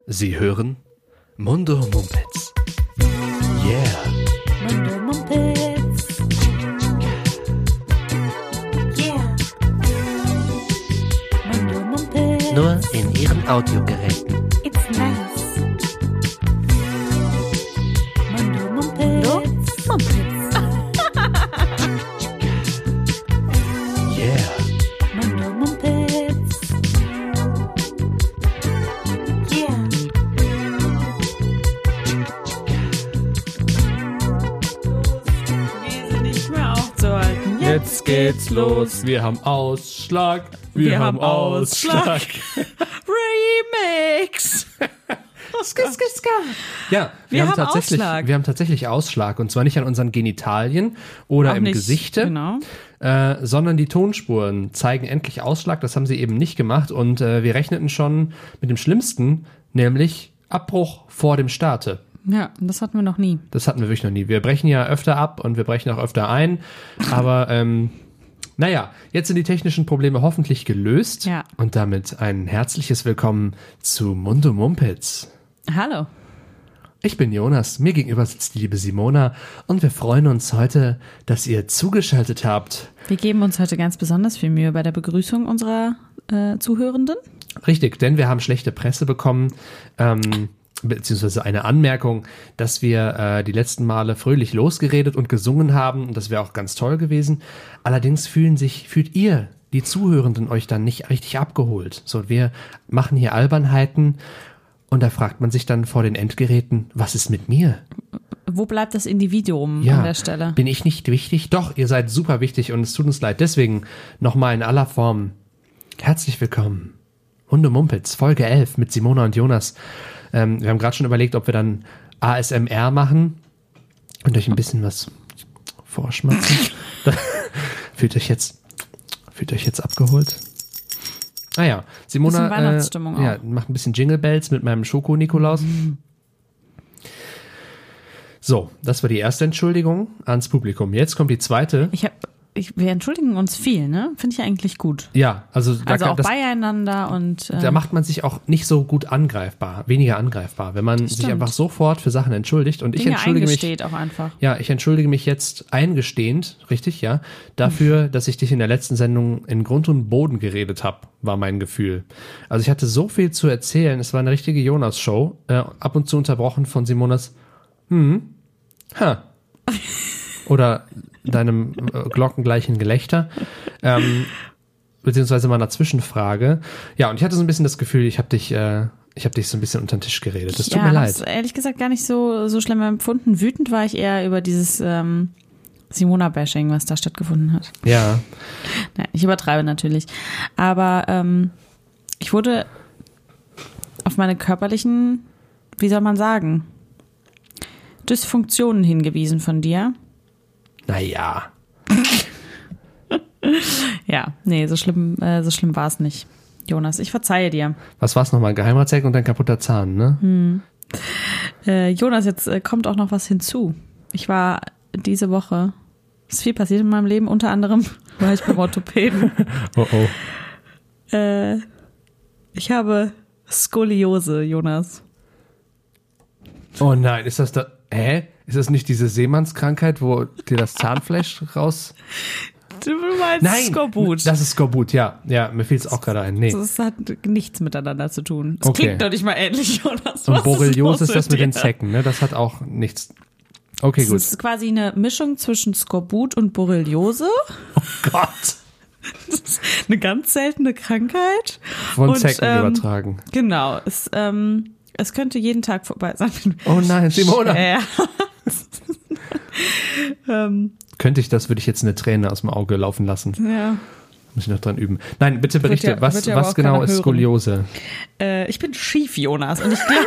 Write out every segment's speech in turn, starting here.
Sie hören Mundo Mumpitz. Yeah. Mundo Mumpitz. Yeah. Mundo Mumpitz. Nur in Ihren Audiogeräten. It's nice. Mundo Mumpitz. Mumpitz. Yeah. Mundo Mumpitz. Yeah. Wir sind nicht mehr aufzuhalten. Jetzt geht's los, wir haben Ausschlag, wir haben Ausschlag. Remix. Ja, Wir haben Ausschlag. Wir haben tatsächlich Ausschlag. Und zwar nicht an unseren Genitalien oder Auch im nicht, Gesichte, Genau. sondern die Tonspuren zeigen endlich Ausschlag. Das haben sie eben nicht gemacht. Und wir rechneten schon mit dem Schlimmsten, nämlich Abbruch vor dem Starte. Ja, das hatten wir noch nie. Das hatten wir wirklich noch nie. Wir brechen ja öfter ab und wir brechen auch öfter ein. Aber naja, jetzt sind die technischen Probleme hoffentlich gelöst. Ja. Und damit ein herzliches Willkommen zu Mundo Mumpitz. Hallo. Ich bin Jonas, mir gegenüber sitzt die liebe Simona und wir freuen uns heute, dass ihr zugeschaltet habt. Wir geben uns heute ganz besonders viel Mühe bei der Begrüßung unserer Zuhörenden. Richtig, denn wir haben schlechte Presse bekommen, beziehungsweise eine Anmerkung, dass wir die letzten Male fröhlich losgeredet und gesungen haben und das wäre auch ganz toll gewesen. Allerdings fühlt ihr, die Zuhörenden, euch dann nicht richtig abgeholt. So, wir machen hier Albernheiten und da fragt man sich dann vor den Endgeräten, was ist mit mir? Wo bleibt das Individuum Ja, an der Stelle? bin ich nicht wichtig? Doch, ihr seid super wichtig und es tut uns leid. Deswegen nochmal in aller Form herzlich willkommen. Mundo Mumpitz, Folge 11 mit Simona und Jonas. Wir haben gerade schon überlegt, ob wir dann ASMR machen und euch ein bisschen was vorschmatzen. Fühlt euch jetzt abgeholt? Naja, Simona Bisschen Weihnachtsstimmung auch. ja, macht ein bisschen Jingle Bells mit meinem Schoko-Nikolaus. So, das war die erste Entschuldigung ans Publikum. Jetzt kommt die zweite. Wir entschuldigen uns viel, ne? Finde ich eigentlich gut. Ja, also, Also auch beieinander und da macht man sich auch nicht so gut weniger angreifbar, wenn man sich stimmt. einfach sofort für Sachen entschuldigt. Und ich Dinge entschuldige mich. eingesteht auch einfach. Ja, ich entschuldige mich jetzt eingestehend, richtig, ja, dafür, dass ich dich in der letzten Sendung in Grund und Boden geredet habe, war mein Gefühl. Also ich hatte so viel zu erzählen, es war eine richtige Jonas-Show, ab und zu unterbrochen von Simonas oder deinem glockengleichen Gelächter, beziehungsweise meiner Zwischenfrage. Ja, und ich hatte so ein bisschen das Gefühl, ich habe dich so ein bisschen unter den Tisch geredet. Das tut mir leid. Hab's ehrlich gesagt gar nicht so schlimm empfunden. Wütend war ich eher über dieses Simona-Bashing, was da stattgefunden hat. Ja. Nein, ich übertreibe natürlich. Aber ich wurde auf meine körperlichen, wie soll man sagen, Dysfunktionen hingewiesen von dir. Naja. Ja, nee, so schlimm war es nicht. Jonas, ich verzeihe dir. Was war's nochmal? Geheimratseck und dein kaputter Zahn, ne? Jonas, jetzt kommt auch noch was hinzu. Ich war diese Woche, ist viel passiert in meinem Leben, unter anderem war ich beim Orthopäden. Oh. Ich habe Skoliose, Jonas. Oh nein, ist das da... Ist das nicht diese Seemannskrankheit, wo dir das Zahnfleisch raus... Du meinst Skorbut. Das ist Skorbut, ja. Ja, mir fiel es auch gerade ein. Nee. Das hat nichts miteinander zu tun. Das Okay. klingt doch nicht mal ähnlich, Jonas. Und Borreliose los ist das mit den dir? Zecken, ne? Das hat auch nichts... Okay, Das gut. ist quasi eine Mischung zwischen Skorbut und Borreliose. Oh Gott. Das ist eine ganz seltene Krankheit. Von Und, Zecken übertragen. Genau. Es könnte jeden Tag vorbei sein. Oh nein, Simona. Ja. Könnte ich das, würde ich jetzt eine Träne aus dem Auge laufen lassen. Ja. Muss ich noch dran üben. Nein, bitte berichte, Wird ja aber was auch genau keiner ist hören. Skoliose? Ich bin schief, Jonas. Und ich glaube...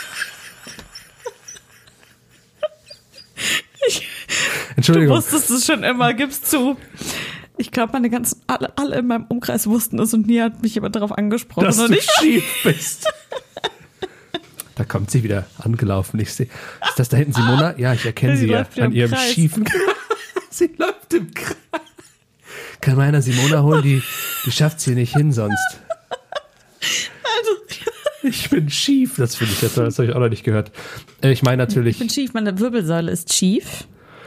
Du Entschuldigung. wusstest es schon immer, gib's zu. Ich glaube, alle in meinem Umkreis wussten es und nie hat mich jemand darauf angesprochen. Dass und du ich schief bist. Da kommt sie wieder angelaufen. Ich sehe, ist das da hinten Simona? Ja, ich erkenne Sie sie ja läuft wieder an im ihrem Kreis. schiefen. Sie läuft im Kreis. Kann man einer Simona holen, die schafft's hier nicht hin sonst. Also, Ich bin schief. Das finde ich jetzt, das habe ich auch noch nicht gehört. Ich meine natürlich. Ich bin schief, meine Wirbelsäule ist schief.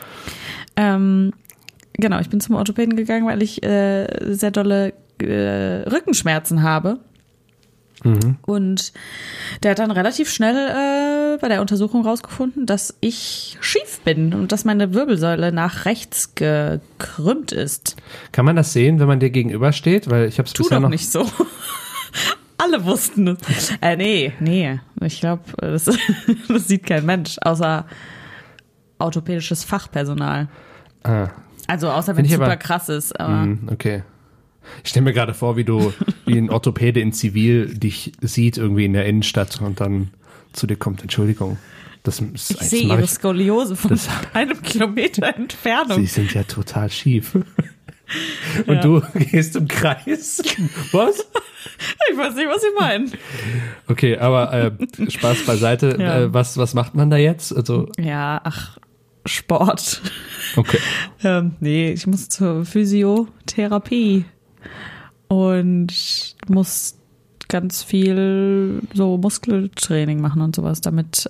Genau, ich bin zum Orthopäden gegangen, weil ich sehr dolle Rückenschmerzen habe. Mhm. Und der hat dann relativ schnell bei der Untersuchung rausgefunden, dass ich schief bin und dass meine Wirbelsäule nach rechts gekrümmt ist. Kann man das sehen, wenn man dir gegenübersteht? Weil ich habe es bisher doch noch nicht so. Alle wussten es. Nee. Ich glaube, das sieht kein Mensch, außer orthopädisches Fachpersonal. Ah. Also außer wenn es super krass ist. Aber okay. Ich stelle mir gerade vor, wie ein Orthopäde in Zivil dich sieht irgendwie in der Innenstadt und dann zu dir kommt, Entschuldigung. Ich sehe Ihre Skoliose von einem Kilometer Entfernung. Sie sind ja total schief. Und du gehst im Kreis. Was? Ich weiß nicht, was Sie meinen. Okay, aber Spaß beiseite. Ja. Was macht man da jetzt? Also Sport. Okay. Nee, ich muss zur Physiotherapie und muss ganz viel so Muskeltraining machen und sowas, damit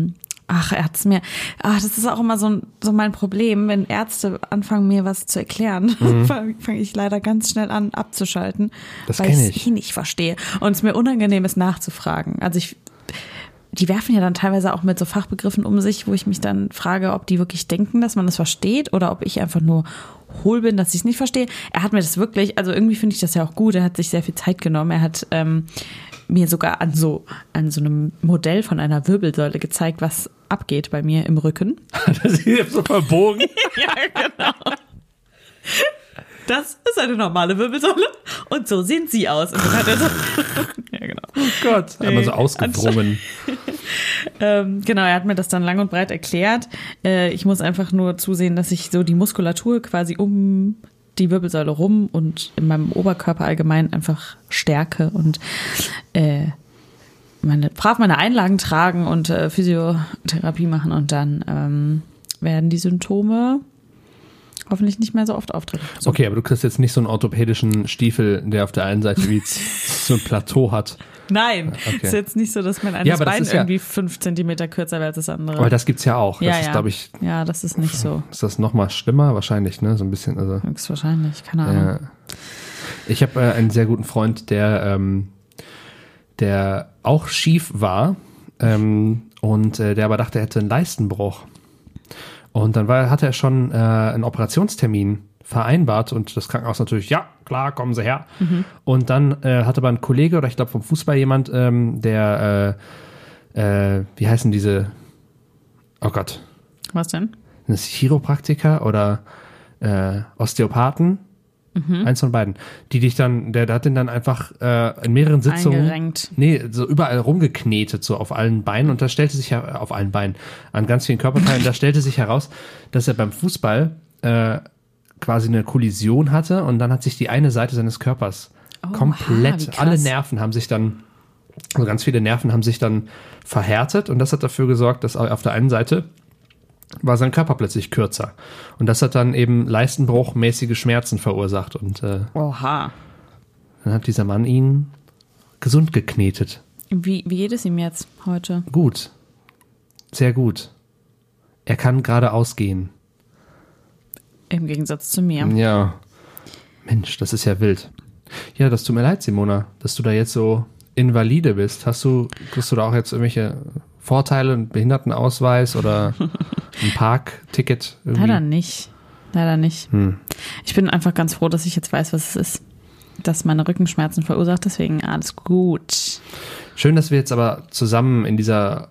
das ist auch immer so mein Problem, wenn Ärzte anfangen, mir was zu erklären, fange ich leider ganz schnell an abzuschalten, weil ich es nicht verstehe und es mir unangenehm ist nachzufragen. Also die werfen ja dann teilweise auch mit so Fachbegriffen um sich, wo ich mich dann frage, ob die wirklich denken, dass man das versteht oder ob ich einfach nur hohl bin, dass ich es nicht verstehe. Er hat mir das wirklich, also irgendwie finde ich das ja auch gut, er hat sich sehr viel Zeit genommen. Er hat mir sogar an so einem Modell von einer Wirbelsäule gezeigt, was abgeht bei mir im Rücken. Das ist jetzt so verbogen. Ja, genau. Das ist eine normale Wirbelsäule und so sehen sie aus. Und dann hat er so ja, genau. Oh Gott, einmal so ausgewrungen. Genau, er hat mir das dann lang und breit erklärt. Ich muss einfach nur zusehen, dass ich so die Muskulatur quasi um die Wirbelsäule rum und in meinem Oberkörper allgemein einfach stärke und brav meine Einlagen tragen und Physiotherapie machen und dann werden die Symptome hoffentlich nicht mehr so oft auftreten. So. Okay, aber du kriegst jetzt nicht so einen orthopädischen Stiefel, der auf der einen Seite wie so ein Plateau hat. Nein, okay. Ist jetzt nicht so, dass mein eines Bein irgendwie 5 Zentimeter kürzer wäre als das andere. Aber das gibt's ja auch. Das ist, glaube ich. Ja, das ist nicht so. Ist das noch mal schlimmer? Wahrscheinlich, ne? So ein bisschen. Also, höchstwahrscheinlich, keine Ahnung. Ich habe einen sehr guten Freund, der auch schief war und der aber dachte, er hätte einen Leistenbruch. Und dann hatte er schon einen Operationstermin vereinbart und das Krankenhaus natürlich, ja, klar, kommen Sie her. Mhm. Und dann hat aber ein Kollege oder ich glaube vom Fußball jemand, der, wie heißen diese, oh Gott. Was denn? Ein Chiropraktiker oder Osteopathen. Mhm. Eins von beiden. Der hat den dann einfach in mehreren Sitzungen eingerenkt. Nee, so überall rumgeknetet, so auf allen Beinen. Und da stellte sich ja auf allen Beinen, an ganz vielen Körperteilen, da stellte sich heraus, dass er beim Fußball quasi eine Kollision hatte und dann hat sich die eine Seite seines Körpers komplett, alle Nerven haben sich dann, also ganz viele Nerven haben sich dann verhärtet und das hat dafür gesorgt, dass auf der einen Seite war sein Körper plötzlich kürzer. Und das hat dann eben leistenbruchmäßige Schmerzen verursacht. Und Oha. Dann hat dieser Mann ihn gesund geknetet. Wie geht es ihm jetzt heute? Gut. Sehr gut. Er kann geradeaus gehen. Im Gegensatz zu mir. Ja. Mensch, das ist ja wild. Ja, das tut mir leid, Simona, dass du da jetzt so invalide bist. Kriegst du da auch jetzt irgendwelche Vorteile, einen Behindertenausweis oder ein Parkticket? Irgendwie? Leider nicht. Ich bin einfach ganz froh, dass ich jetzt weiß, was es ist. Dass meine Rückenschmerzen verursacht, deswegen alles gut. Schön, dass wir jetzt aber zusammen in dieser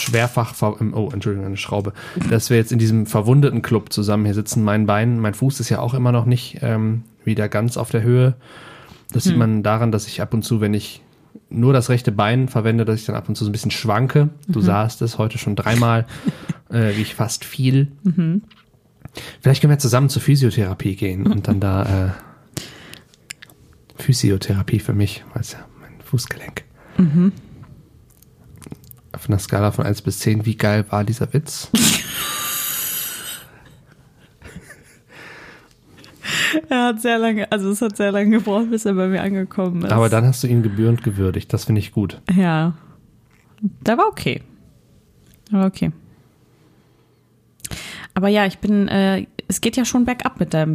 eine Schraube, dass wir jetzt in diesem verwundeten Club zusammen hier sitzen. Mein Fuß ist ja auch immer noch nicht wieder ganz auf der Höhe. Das sieht man daran, dass ich ab und zu, wenn ich nur das rechte Bein verwende, dass ich dann ab und zu so ein bisschen schwanke. Du sahst es heute schon 3-mal, wie ich fast fiel. Mhm. Vielleicht können wir zusammen zur Physiotherapie gehen und dann da Physiotherapie für mich, weil es ja mein Fußgelenk. Mhm. Auf einer Skala von 1 bis 10, wie geil war dieser Witz? Ja, hat sehr lange gebraucht, bis er bei mir angekommen ist. Aber dann hast du ihn gebührend gewürdigt. Das finde ich gut. Ja. Der war okay. Aber ja, es geht ja schon bergab mit deinem,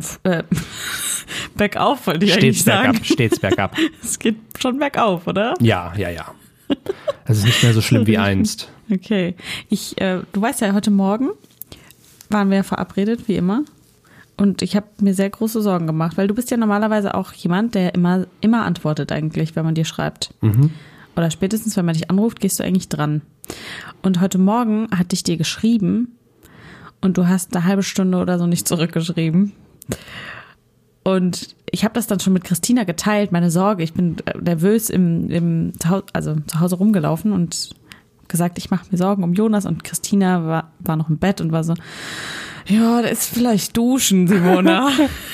bergauf, wollte ich eigentlich sagen. Stets bergab. Es geht schon bergauf, oder? Ja. Es ist nicht mehr so schlimm wie einst. Okay. Du weißt ja, heute Morgen waren wir verabredet, wie immer. Und ich habe mir sehr große Sorgen gemacht, weil du bist ja normalerweise auch jemand, der immer antwortet eigentlich, wenn man dir schreibt. Mhm. Oder spätestens, wenn man dich anruft, gehst du eigentlich dran. Und heute Morgen hatte ich dir geschrieben und du hast eine halbe Stunde oder so nicht zurückgeschrieben. Und ich habe das dann schon mit Christina geteilt, meine Sorge. Ich bin nervös zu Hause rumgelaufen und gesagt, ich mache mir Sorgen um Jonas. Und Christina war noch im Bett und war so, ja, der ist vielleicht duschen, Simona.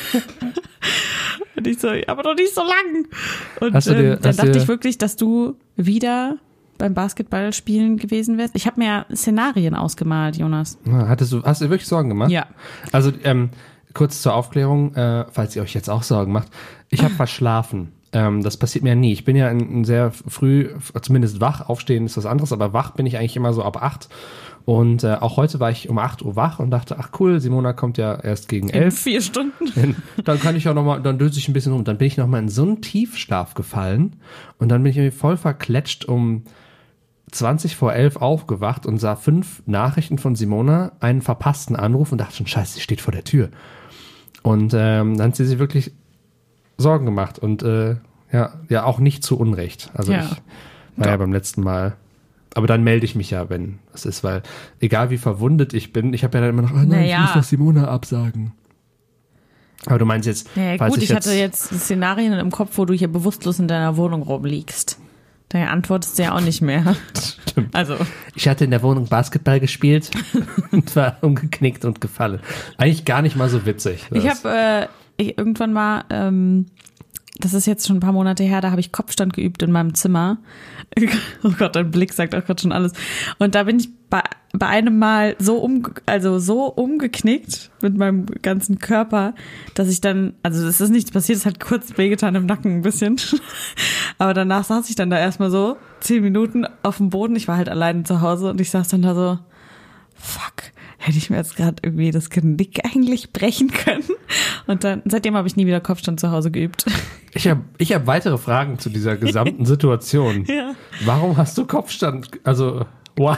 Und ich so, aber doch nicht so lang. Und dann dachte ich wirklich, dass du wieder beim Basketballspielen gewesen wärst. Ich habe mir Szenarien ausgemalt, Jonas. Hast du wirklich Sorgen gemacht? Ja. Also kurz zur Aufklärung, falls ihr euch jetzt auch Sorgen macht. Ich habe verschlafen. Das passiert mir ja nie. Ich bin ja sehr früh, zumindest wach. Aufstehen ist was anderes, aber wach bin ich eigentlich immer so ab 8. Und auch heute war ich um 8 Uhr wach und dachte, ach cool, Simona kommt ja erst gegen 11. 4 Stunden. Dann kann ich auch nochmal, dann döse ich ein bisschen rum. Dann bin ich nochmal in so einen Tiefschlaf gefallen und dann bin ich irgendwie voll verkletscht um 20 vor 11 aufgewacht und sah 5 Nachrichten von Simona, einen verpassten Anruf und dachte schon, scheiße, sie steht vor der Tür. Und dann hat sie sich wirklich Sorgen gemacht und ja auch nicht zu Unrecht. Also ich war ja beim letzten Mal. Aber dann melde ich mich ja, wenn es ist, weil egal wie verwundet ich bin, ich habe ja dann immer noch, ich muss das Simona absagen. Aber du meinst jetzt, falls ich hatte jetzt Szenarien im Kopf, wo du hier bewusstlos in deiner Wohnung rumliegst. Da antwortest du ja auch nicht mehr. Stimmt. Also. Ich hatte in der Wohnung Basketball gespielt und war umgeknickt und gefallen. Eigentlich gar nicht mal so witzig. Ich habe irgendwann mal, das ist jetzt schon ein paar Monate her, da habe ich Kopfstand geübt in meinem Zimmer. Oh Gott, dein Blick sagt auch gerade schon alles. Und da bin ich bei einem Mal so umgeknickt mit meinem ganzen Körper, dass ich dann, also es ist nichts passiert, es hat kurz wehgetan im Nacken ein bisschen. Aber danach saß ich dann da erstmal so 10 Minuten auf dem Boden. Ich war halt alleine zu Hause und ich saß dann da so, fuck, hätte ich mir jetzt gerade irgendwie das Genick eigentlich brechen können. Und dann, seitdem habe ich nie wieder Kopfstand zu Hause geübt. Ich hab weitere Fragen zu dieser gesamten Situation. Ja. Warum hast du Kopfstand? Also, why?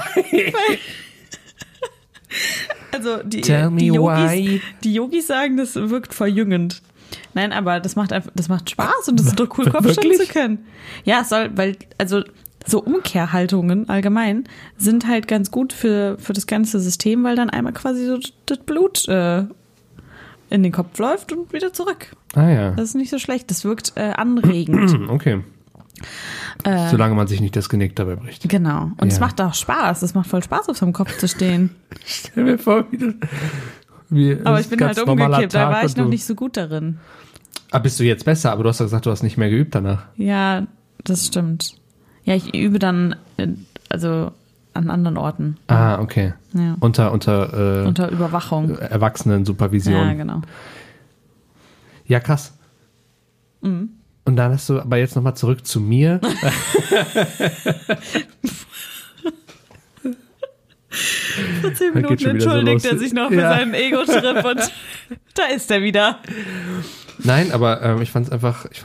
Also, die Yogis sagen, das wirkt verjüngend. Nein, aber das macht Spaß und das ist doch cool, Kopfstand zu können. Ja, es soll, weil, also, so Umkehrhaltungen allgemein sind halt ganz gut für das ganze System, weil dann einmal quasi so das Blut in den Kopf läuft und wieder zurück. Ah ja. Das ist nicht so schlecht. Das wirkt anregend. Okay. Solange man sich nicht das Genick dabei bricht. Genau. Und es macht auch Spaß. Es macht voll Spaß, auf seinem Kopf zu stehen. Stell mir vor, aber ich bin halt umgekippt. Da war ich noch nicht so gut darin. Aber bist du jetzt besser? Aber du hast ja gesagt, du hast nicht mehr geübt danach. Ja, das stimmt. Ja, ich übe dann also an anderen Orten. Ah, okay. Ja. Unter Überwachung. Erwachsenen-Supervision. Ja, genau. Ja, krass. Mhm. Und dann hast du aber jetzt nochmal zurück zu mir. Vor 10 Minuten entschuldigt er sich noch für seinen Ego-Trip und da ist er wieder. Nein, aber ich fand's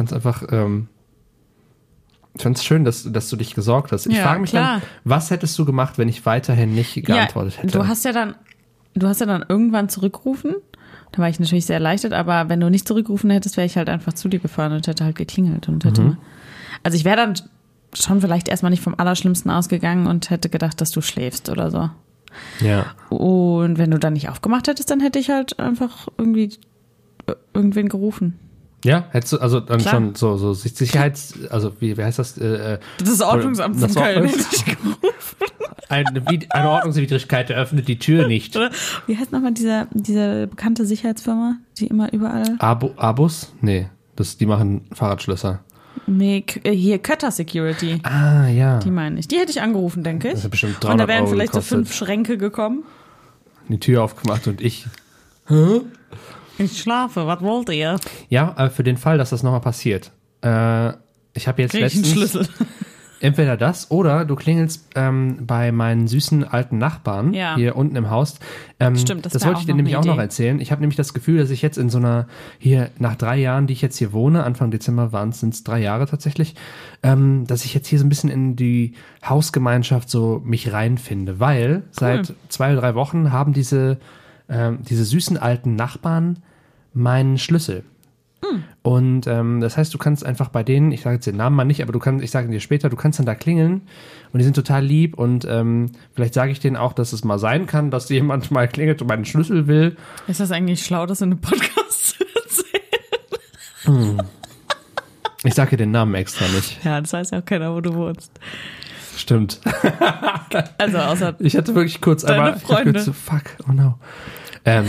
schön, dass du dich gesorgt hast. Ich frage mich dann, was hättest du gemacht, wenn ich weiterhin nicht geantwortet hätte? Du hast ja dann irgendwann zurückgerufen. Da war ich natürlich sehr erleichtert, aber wenn du nicht zurückgerufen hättest, wäre ich halt einfach zu dir gefahren und hätte halt geklingelt und hätte. Also ich wäre dann schon vielleicht erstmal nicht vom Allerschlimmsten ausgegangen und hätte gedacht, dass du schläfst oder so. Ja. Und wenn du dann nicht aufgemacht hättest, dann hätte ich halt einfach irgendwen gerufen. Ja, hättest du also dann schon so also wie heißt das? Das Ordnungsamt von Köln hätte ich gerufen. Eine Ordnungswidrigkeit eröffnet die Tür nicht. Oder, wie heißt nochmal diese bekannte Sicherheitsfirma, die immer überall... Abus? Nee, die machen Fahrradschlösser. Nee, hier Kötter Security. Ah, ja. Die meine ich. Die hätte ich angerufen, denke ich. Das hat bestimmt 300 Und da wären vielleicht gekostet. so 5 Schränke gekommen. Die Tür aufgemacht und ich... Hä? Ich schlafe, was wollt ihr? Ja, für den Fall, dass das nochmal passiert. Ich habe jetzt letztens Schlüssel. entweder das oder du klingelst bei meinen süßen alten Nachbarn hier unten im Haus. Stimmt, das wollte ich dir nämlich auch noch erzählen. Ich habe nämlich das Gefühl, dass ich jetzt in so einer, hier nach 3 Jahren, die ich jetzt hier wohne, Anfang Dezember sind es 3 Jahre tatsächlich, dass ich jetzt hier so ein bisschen in die Hausgemeinschaft so mich reinfinde, weil seit 2 oder 3 Wochen haben diese süßen alten Nachbarn meinen Schlüssel. Und das heißt, du kannst einfach bei denen, ich sage jetzt den Namen mal nicht, aber ich sage dir später, du kannst dann da klingeln und die sind total lieb und vielleicht sage ich denen auch, dass es mal sein kann, dass jemand mal klingelt und meinen Schlüssel will. Ist das eigentlich schlau, das in einem Podcast zu erzählen? Ich sage dir den Namen extra nicht. Ja, das weiß ja auch keiner, wo du wohnst. Stimmt. Also außer ich hatte wirklich kurz deine Freunde. So, fuck, oh no. Das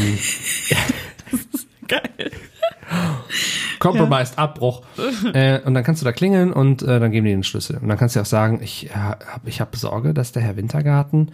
ist geil. Compromised, Abbruch. Und dann kannst du da klingeln und dann geben die den Schlüssel. Und dann kannst du auch sagen, ich hab Sorge, dass der Herr Wintergarten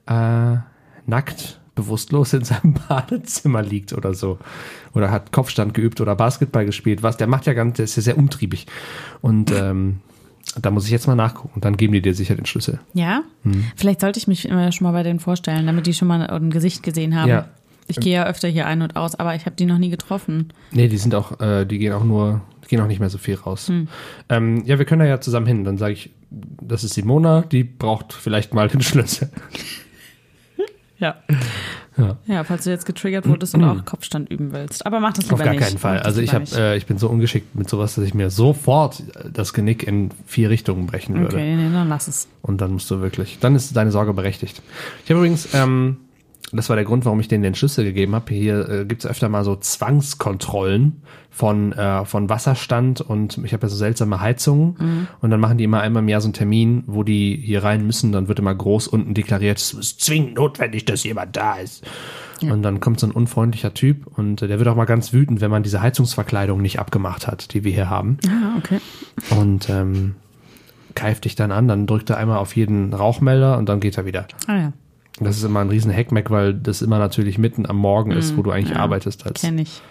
nackt, bewusstlos in seinem Badezimmer liegt oder so. Oder hat Kopfstand geübt oder Basketball gespielt. Der ist ja sehr umtriebig. Und da muss ich jetzt mal nachgucken. Und dann geben die dir sicher den Schlüssel. Ja? Vielleicht sollte ich mich immer schon mal bei denen vorstellen, damit die schon mal ein Gesicht gesehen haben. Ja. Ich gehe ja öfter hier ein und aus, aber ich habe die noch nie getroffen. Nee, die sind auch, die gehen auch nicht mehr so viel raus. Ja, wir können da ja zusammen hin. Dann sage ich, das ist Simona, die braucht vielleicht mal den Schlüssel. Ja. Ja, falls du jetzt getriggert wurdest und auch Kopfstand üben willst. Aber mach das lieber nicht. Auf gar keinen Fall. Also ich bin so ungeschickt mit sowas, dass ich mir sofort das Genick in 4 Richtungen brechen würde. Okay, nee, dann lass es. Und dann dann ist deine Sorge berechtigt. Ich habe übrigens, das war der Grund, warum ich denen den Schlüssel gegeben habe. Hier gibt es öfter mal so Zwangskontrollen von Wasserstand und ich habe ja so seltsame Heizungen und dann machen die immer einmal im Jahr so einen Termin, wo die hier rein müssen. Dann wird immer groß unten deklariert, es ist zwingend notwendig, dass jemand da ist. Ja. Und dann kommt so ein unfreundlicher Typ und der wird auch mal ganz wütend, wenn man diese Heizungsverkleidung nicht abgemacht hat, die wir hier haben. Ah, okay. Und keift dich dann an, dann drückt er einmal auf jeden Rauchmelder und dann geht er wieder. Ah ja. Das ist immer ein riesen Heckmeck, weil das immer natürlich mitten am Morgen ist, wo du eigentlich arbeitest als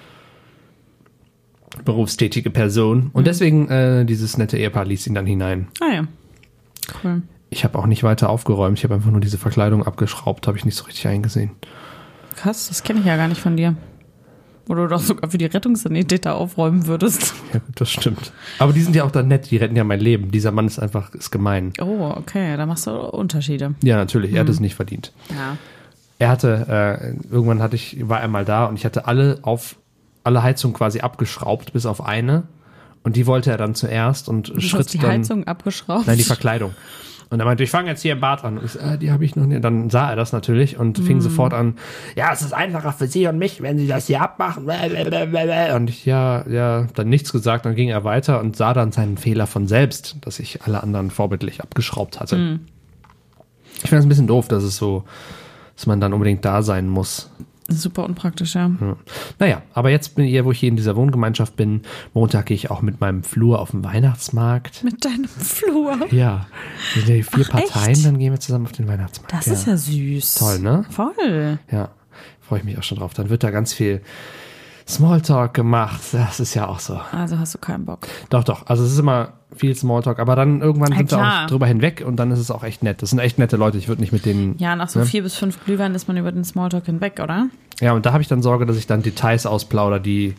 berufstätige Person. Und deswegen dieses nette Ehepaar ließ ihn dann hinein. Ah ja, cool. Ich habe auch nicht weiter aufgeräumt. Ich habe einfach nur diese Verkleidung abgeschraubt, habe ich nicht so richtig eingesehen. Krass, das kenne ich ja gar nicht von dir. Wo du doch sogar für die Rettungssanitäter aufräumen würdest. Ja, das stimmt. Aber die sind ja auch dann nett, die retten ja mein Leben. Dieser Mann ist gemein. Oh, okay, da machst du Unterschiede. Ja, natürlich, er hat es nicht verdient. Ja. Er hatte, irgendwann war er mal da und ich hatte alle Heizungen quasi abgeschraubt, bis auf eine. Und die wollte er dann zuerst und du hast die Heizung abgeschraubt? Nein, die Verkleidung. Und er meinte, ich fange jetzt hier im Bad an. Und ich so, die habe ich noch nicht. Dann sah er das natürlich und fing sofort an, ja, es ist einfacher für Sie und mich, wenn Sie das hier abmachen. Und ich, ja, dann nichts gesagt. Dann ging er weiter und sah dann seinen Fehler von selbst, dass ich alle anderen vorbildlich abgeschraubt hatte. Ich finde es ein bisschen doof, dass man dann unbedingt da sein muss. Super unpraktisch, ja. Naja, aber jetzt wo ich hier in dieser Wohngemeinschaft bin, Montag gehe ich auch mit meinem Flur auf den Weihnachtsmarkt. Mit deinem Flur? Ja. Wir sind ja 4 Parteien, echt? Dann gehen wir zusammen auf den Weihnachtsmarkt. Das ist ja süß. Toll, ne? Voll. Ja, freue ich mich auch schon drauf. Dann wird da ganz viel Smalltalk gemacht. Das ist ja auch so. Also hast du keinen Bock? Doch. Also es ist immer viel Smalltalk, aber dann irgendwann sind wir auch drüber hinweg und dann ist es auch echt nett. Das sind echt nette Leute. Ich würde nicht mit denen... Ja, nach so 4 bis 5 Glühwein ist man über den Smalltalk hinweg, oder? Ja, und da habe ich dann Sorge, dass ich dann Details ausplaudere, die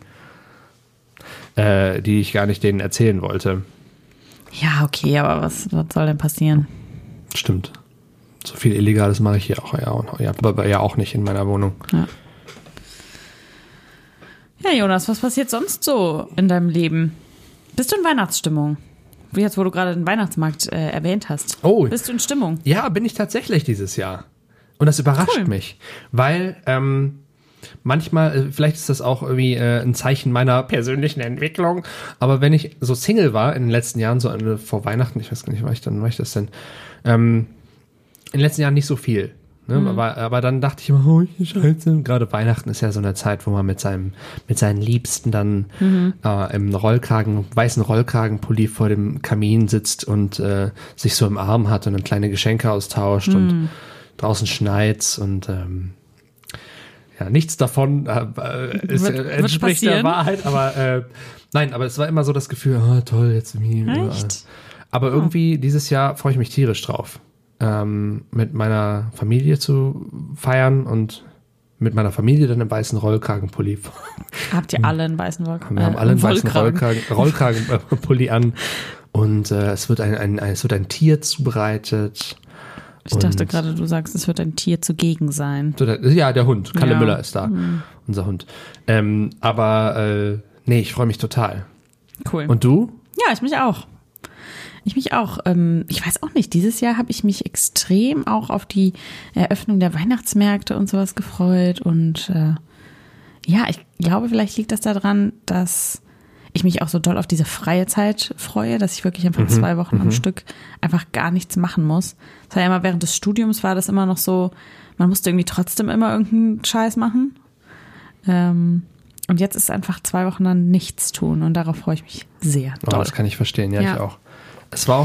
ich gar nicht denen erzählen wollte. Ja, okay, aber was soll denn passieren? Stimmt. So viel Illegales mache ich hier auch, aber ja auch nicht in meiner Wohnung. Ja. Ja, Jonas, was passiert sonst so in deinem Leben? Bist du in Weihnachtsstimmung? Wie jetzt, wo du gerade den Weihnachtsmarkt erwähnt hast. Oh. Bist du in Stimmung? Ja, bin ich tatsächlich dieses Jahr. Und das überrascht mich, weil manchmal, vielleicht ist das auch irgendwie ein Zeichen meiner persönlichen Entwicklung, aber wenn ich so Single war in den letzten Jahren, so vor Weihnachten, ich weiß gar nicht, war ich das denn, in den letzten Jahren nicht so viel. Ne? Aber dann dachte ich immer, oh, Scheiße. Gerade Weihnachten ist ja so eine Zeit, wo man mit seinen Liebsten dann im weißen Rollkragenpulli vor dem Kamin sitzt und sich so im Arm hat und dann kleine Geschenke austauscht und draußen schneit's und nichts davon entspricht der Wahrheit, aber nein, aber es war immer so das Gefühl, toll, jetzt Echt? Aber irgendwie dieses Jahr freue ich mich tierisch drauf, mit meiner Familie zu feiern und mit meiner Familie dann im weißen Rollkragenpulli. Habt ihr alle einen weißen Rollkragen? Wir haben alle einen weißen Rollkragenpulli an und es wird ein Tier zubereitet. Ich dachte gerade, du sagst, es wird ein Tier zugegen sein. Ja, der Hund. Kalle Müller ist da. Unser Hund. Aber ich freue mich total. Cool. Und du? Ja, ich mich auch. Ich weiß auch nicht, dieses Jahr habe ich mich extrem auch auf die Eröffnung der Weihnachtsmärkte und sowas gefreut. Und ich glaube, vielleicht liegt das daran, dass ich mich auch so doll auf diese freie Zeit freue, dass ich wirklich einfach 2 Wochen am Stück einfach gar nichts machen muss. Das war ja immer während des Studiums war das immer noch so, man musste irgendwie trotzdem immer irgendeinen Scheiß machen. Und jetzt ist einfach 2 Wochen lang nichts tun und darauf freue ich mich sehr doll. Das kann ich verstehen, ja. Ich auch. Es war auch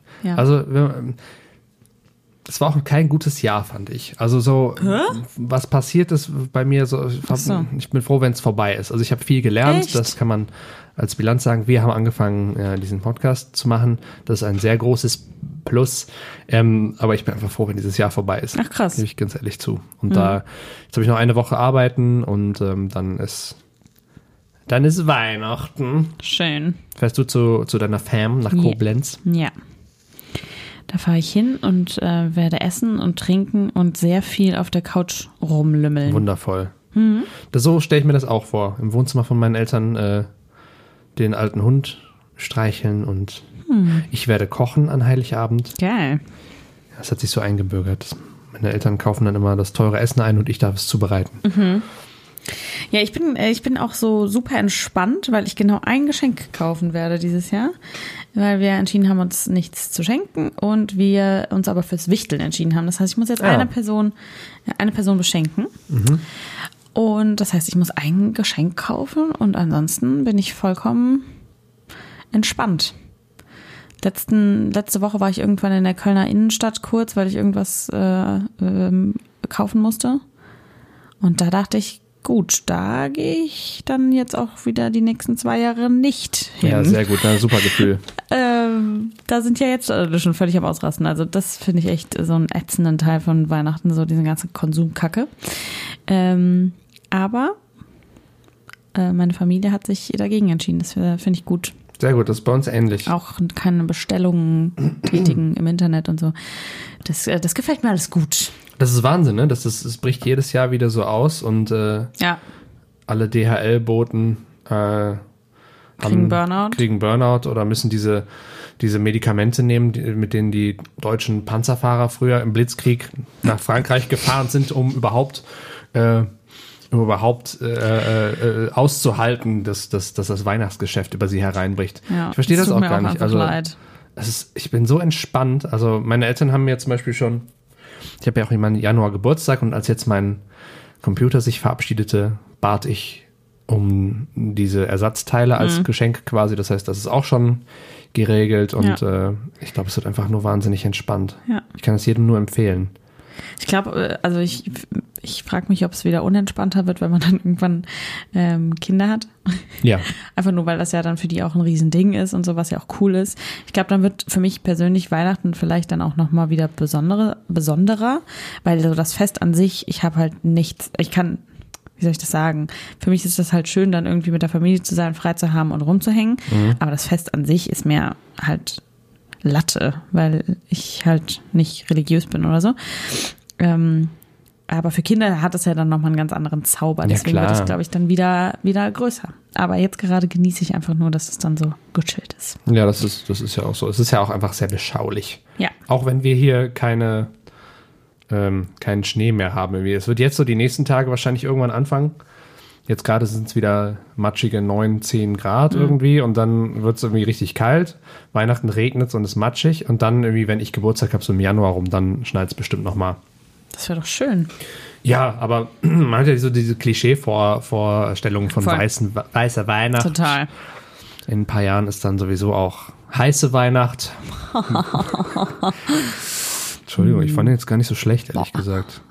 es war auch kein gutes Jahr, fand ich. Also so, was passiert ist bei mir, ich bin froh, wenn es vorbei ist. Also ich habe viel gelernt, Echt? Das kann man als Bilanz sagen. Wir haben angefangen, diesen Podcast zu machen. Das ist ein sehr großes Plus. Aber ich bin einfach froh, wenn dieses Jahr vorbei ist. Ach krass. Gebe ich ganz ehrlich zu. Und jetzt habe ich noch eine Woche arbeiten und dann ist Weihnachten. Schön. Fährst du zu deiner Fam nach Koblenz? Ja. Da fahre ich hin und werde essen und trinken und sehr viel auf der Couch rumlümmeln. Wundervoll. So stelle ich mir das auch vor. Im Wohnzimmer von meinen Eltern den alten Hund streicheln und ich werde kochen an Heiligabend. Geil. Das hat sich so eingebürgert. Meine Eltern kaufen dann immer das teure Essen ein und ich darf es zubereiten. Ja, ich bin auch so super entspannt, weil ich genau ein Geschenk kaufen werde dieses Jahr, weil wir entschieden haben, uns nichts zu schenken und wir uns aber fürs Wichteln entschieden haben. Das heißt, ich muss jetzt eine Person beschenken und das heißt, ich muss ein Geschenk kaufen und ansonsten bin ich vollkommen entspannt. Letzte Woche war ich irgendwann in der Kölner Innenstadt kurz, weil ich irgendwas kaufen musste und da dachte ich, gut, da gehe ich dann jetzt auch wieder die nächsten 2 Jahre nicht hin. Ja, sehr gut, super Gefühl. Da sind ja jetzt schon völlig am Ausrasten. Also das finde ich echt so einen ätzenden Teil von Weihnachten, so diese ganze Konsumkacke. Aber meine Familie hat sich dagegen entschieden. Das finde ich gut. Sehr gut, das ist bei uns ähnlich. Auch keine Bestellungen tätigen im Internet und so. Das gefällt mir alles gut. Das ist Wahnsinn, ne? Das bricht jedes Jahr wieder so aus und alle DHL-Boten kriegen Burnout oder müssen diese Medikamente nehmen, mit denen die deutschen Panzerfahrer früher im Blitzkrieg nach Frankreich gefahren sind, um überhaupt auszuhalten, dass das Weihnachtsgeschäft über sie hereinbricht. Ja, ich verstehe das auch gar nicht. Also leid. Ich bin so entspannt. Also meine Eltern haben mir zum Beispiel schon, ich habe ja auch im Januar Geburtstag und als jetzt mein Computer sich verabschiedete, bat ich um diese Ersatzteile als Geschenk quasi. Das heißt, das ist auch schon geregelt und ich glaube, es wird einfach nur wahnsinnig entspannt. Ja. Ich kann es jedem nur empfehlen. Ich glaube, also ich frage mich, ob es wieder unentspannter wird, wenn man dann irgendwann Kinder hat. Ja. Einfach nur, weil das ja dann für die auch ein Riesending ist und so, was ja auch cool ist. Ich glaube, dann wird für mich persönlich Weihnachten vielleicht dann auch nochmal wieder besonderer, weil so das Fest an sich, ich habe halt nichts, wie soll ich das sagen? Für mich ist das halt schön, dann irgendwie mit der Familie zu sein, frei zu haben und rumzuhängen. Aber das Fest an sich ist mir halt Latte, weil ich halt nicht religiös bin oder so. Aber für Kinder hat es ja dann nochmal einen ganz anderen Zauber. Deswegen wird es, glaube ich, dann wieder größer. Aber jetzt gerade genieße ich einfach nur, dass es dann so gechillt ist. Ja, das ist ja auch so. Es ist ja auch einfach sehr beschaulich. Ja. Auch wenn wir hier keinen Schnee mehr haben. Es wird jetzt so die nächsten Tage wahrscheinlich irgendwann anfangen. Jetzt gerade sind es wieder matschige 9, 10 Grad irgendwie und dann wird es irgendwie richtig kalt. Weihnachten regnet es und ist matschig und dann irgendwie, wenn ich Geburtstag habe, so im Januar rum, dann schneit es bestimmt nochmal. Das wäre doch schön. Ja, aber man hat ja so diese Klischee-Vorstellungen von weißer Weihnacht. Total. In ein paar Jahren ist dann sowieso auch heiße Weihnacht. Entschuldigung, ich fand den jetzt gar nicht so schlecht, ehrlich gesagt.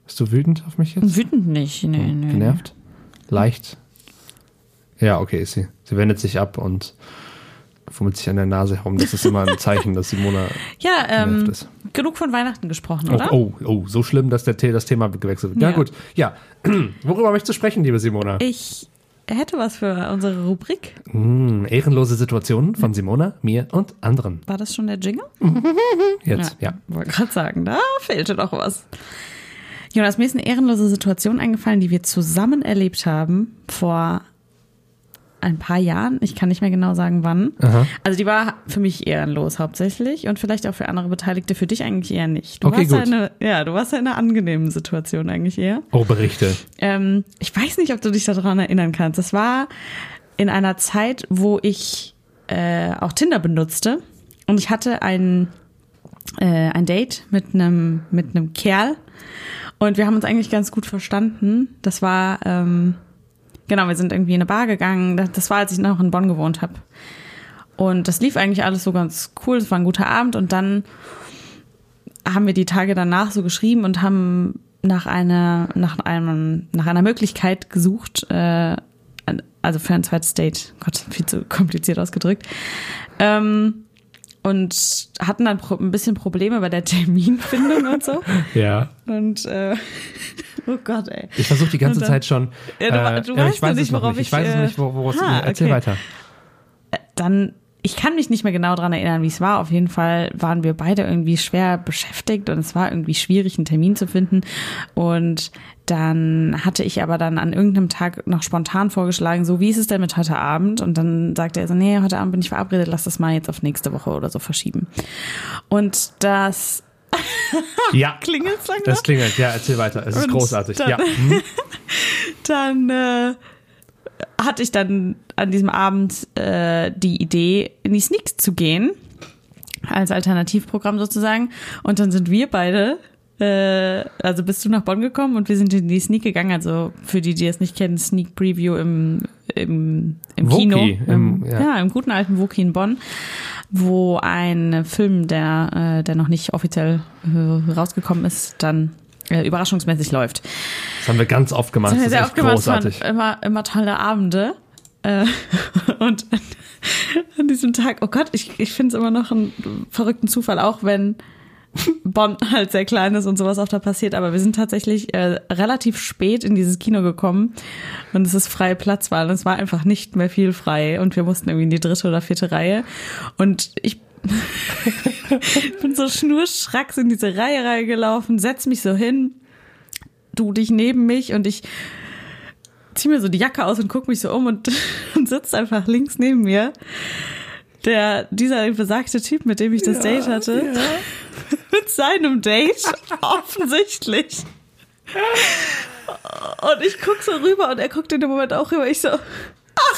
Bist du wütend auf mich jetzt? Wütend nicht, nee. Genervt? Leicht? Ja, okay, ist sie. Sie wendet sich ab und fummelt sich an der Nase herum. Das ist immer ein Zeichen, dass Simona genervt ist. Genug von Weihnachten gesprochen, oder? Oh, so schlimm, dass das Thema gewechselt wird. Ja, gut. Ja, worüber möchtest du sprechen, liebe Simona? Ich hätte was für unsere Rubrik. Ehrenlose Situationen von Simona, mir und anderen. War das schon der Jingle? Jetzt, ja. Wollte gerade sagen, da fehlte doch was. Jonas, mir ist eine ehrenlose Situation eingefallen, die wir zusammen erlebt haben vor ein paar Jahren. Ich kann nicht mehr genau sagen, wann. Aha. Also die war für mich ehrenlos hauptsächlich und vielleicht auch für andere Beteiligte, für dich eigentlich eher nicht. Du warst ja in einer angenehmen Situation eigentlich eher. Oh, berichte. Ich weiß nicht, ob du dich daran erinnern kannst. Das war in einer Zeit, wo ich auch Tinder benutzte und ich hatte ein Date mit einem Kerl und wir haben uns eigentlich ganz gut verstanden. Das war genau, wir sind irgendwie in eine Bar gegangen. Das war, als ich noch in Bonn gewohnt habe. Und das lief eigentlich alles so ganz cool. Es war ein guter Abend. Und dann haben wir die Tage danach so geschrieben und haben nach einer Möglichkeit gesucht, also für ein zweites Date. Gott, viel zu kompliziert ausgedrückt. Und hatten dann ein bisschen Probleme bei der Terminfindung und so. Ja. Und oh Gott, ey. Ich versuche die ganze Zeit schon. Ja, du weißt nicht, worauf ich weiß es nicht, woraus. Erzähl weiter. Ich kann mich nicht mehr genau daran erinnern, wie es war. Auf jeden Fall waren wir beide irgendwie schwer beschäftigt und es war irgendwie schwierig, einen Termin zu finden. Und dann hatte ich aber dann an irgendeinem Tag noch spontan vorgeschlagen, so, wie ist es denn mit heute Abend? Und dann sagte er so, nee, heute Abend bin ich verabredet, lass das mal jetzt auf nächste Woche oder so verschieben. Und das ja, klingelt's langsam? Das klingelt, ja, erzähl weiter. Es ist großartig. Dann, ja. Dann hatte ich dann an diesem Abend die Idee, in die Sneaks zu gehen, als Alternativprogramm sozusagen. Und dann sind wir beide, also bist du nach Bonn gekommen und wir sind in die Sneak gegangen. Also für die es nicht kennen, Sneak Preview im Kino. Im guten alten Woki in Bonn, wo ein Film, der noch nicht offiziell rausgekommen ist, dann überraschungsmäßig läuft. Das haben wir ganz oft gemacht. Das ist echt großartig. Es waren immer tolle Abende. Und an diesem Tag, oh Gott, ich finde es immer noch einen verrückten Zufall, auch wenn Bonn halt sehr klein ist und sowas auch da passiert. Aber wir sind tatsächlich relativ spät in dieses Kino gekommen und es ist freie Platzwahl. Und es war einfach nicht mehr viel frei und wir mussten irgendwie in die 3. oder 4. Reihe. Und ich bin so schnurstracks in diese Reihe gelaufen, setz mich so hin, du dich neben mich und ich zieh mir so die Jacke aus und guck mich so um und sitzt einfach links neben mir dieser besagte Typ, mit dem ich das Date hatte, mit seinem Date, offensichtlich. Und ich guck so rüber und er guckt in dem Moment auch rüber. Ich so, ach,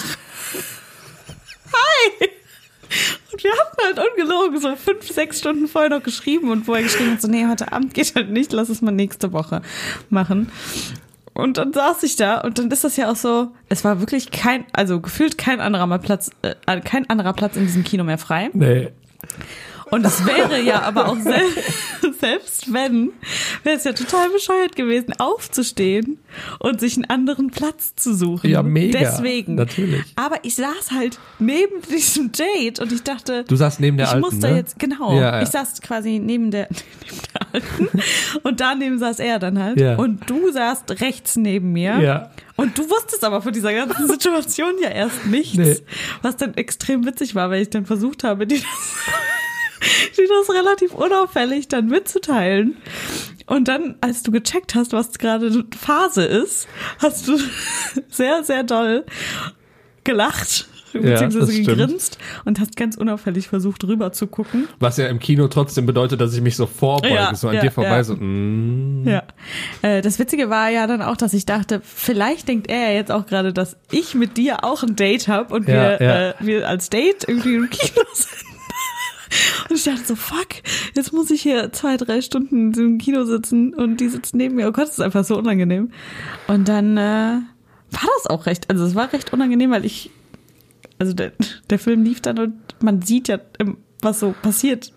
hi! Und wir hatten halt ungelogen so 5-6 Stunden vorher noch geschrieben und wo er geschrieben hat, so, nee, heute Abend geht halt nicht, lass es mal nächste Woche machen. Und dann saß ich da und dann ist das ja auch so, es war wirklich gefühlt kein anderer Platz in diesem Kino mehr frei. Nee. Und es wäre ja aber auch selbst wenn, wäre es ja total bescheuert gewesen, aufzustehen und sich einen anderen Platz zu suchen. Ja, mega. Deswegen. Natürlich. Aber ich saß halt neben diesem Date und ich dachte, du saßt neben der Alten, ich muss da jetzt, genau. Ja. Ich saß quasi neben der Alten und daneben saß er dann halt. Ja. Und du saßt rechts neben mir. Ja. Und du wusstest aber von dieser ganzen Situation ja erst nichts. Nee. Was dann extrem witzig war, weil ich dann versucht habe, dir das relativ unauffällig dann mitzuteilen. Und dann, als du gecheckt hast, was gerade Phase ist, hast du sehr, sehr doll gelacht, beziehungsweise gegrinst und hast ganz unauffällig versucht, rüber zu gucken. Was ja im Kino trotzdem bedeutet, dass ich mich so vorbeuge, so an dir vorbei. So, Ja. Das Witzige war ja dann auch, dass ich dachte, vielleicht denkt er ja jetzt auch gerade, dass ich mit dir auch ein Date habe und wir als Date irgendwie im Kino sind. Und ich dachte so, fuck, jetzt muss ich hier 2-3 Stunden im Kino sitzen und die sitzen neben mir. Oh Gott, das ist einfach so unangenehm. Und dann war das auch es war recht unangenehm, weil der Film lief dann und man sieht ja, was so passiert,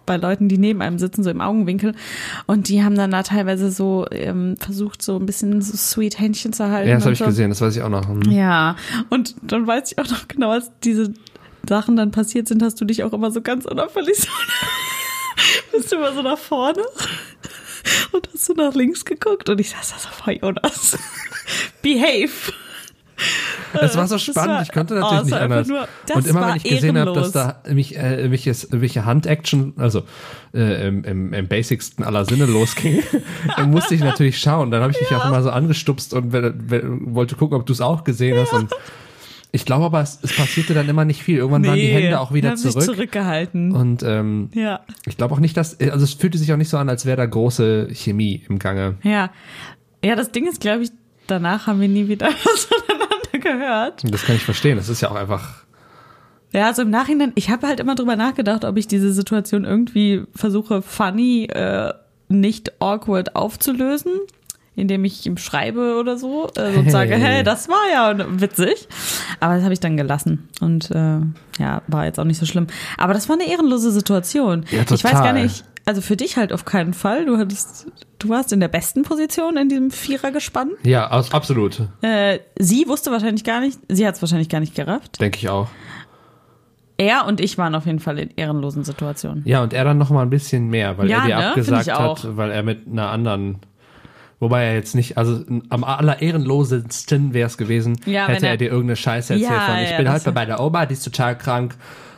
bei Leuten, die neben einem sitzen, so im Augenwinkel. Und die haben dann da teilweise so versucht, so ein bisschen so sweet Händchen zu halten. Ja, das habe ich gesehen, das weiß ich auch noch. Ja, und dann weiß ich auch noch genau, als diese Sachen dann passiert sind, hast du dich auch immer so ganz unauffällig so bist du immer so nach vorne und hast du nach links geguckt und ich saß da so vor Jonas. Behave. Es war so spannend, ich konnte natürlich nicht anders. Und immer wenn ich gesehen habe, dass da welche Hand-Action, also im basicsten aller Sinne losging, dann musste ich natürlich schauen. Dann habe ich dich auch immer so angestupst und wollte gucken, ob du es auch gesehen hast. Und ich glaube aber, es passierte dann immer nicht viel. Irgendwann waren die Hände auch wieder zurück. Sich zurückgehalten. Und ich glaube auch nicht, also es fühlte sich auch nicht so an, als wäre da große Chemie im Gange. Ja, das Ding ist, glaube ich, danach haben wir nie wieder was voneinander gehört. Das kann ich verstehen, das ist ja auch einfach... Ja, also im Nachhinein, ich habe halt immer drüber nachgedacht, ob ich diese Situation irgendwie versuche, funny, nicht awkward aufzulösen, indem ich ihm schreibe oder so und sage, hey, das war ja witzig. Aber das habe ich dann gelassen und war jetzt auch nicht so schlimm. Aber das war eine ehrenlose Situation. Ja, total. Ich weiß gar nicht, also für dich halt auf keinen Fall. Du warst in der besten Position in diesem Vierergespann. Ja, absolut. Sie wusste wahrscheinlich gar nicht, sie hat es wahrscheinlich gar nicht gerafft. Denke ich auch. Er und ich waren auf jeden Fall in ehrenlosen Situationen. Ja, und er dann noch mal ein bisschen mehr, weil er dir abgesagt auch. hat, weil er mit einer anderen... Wobei er jetzt nicht, also am allerehrenlosesten wäre es gewesen, hätte er dir irgendeine Scheiße erzählt von, ich bin halt bei der Oma, die ist total krank,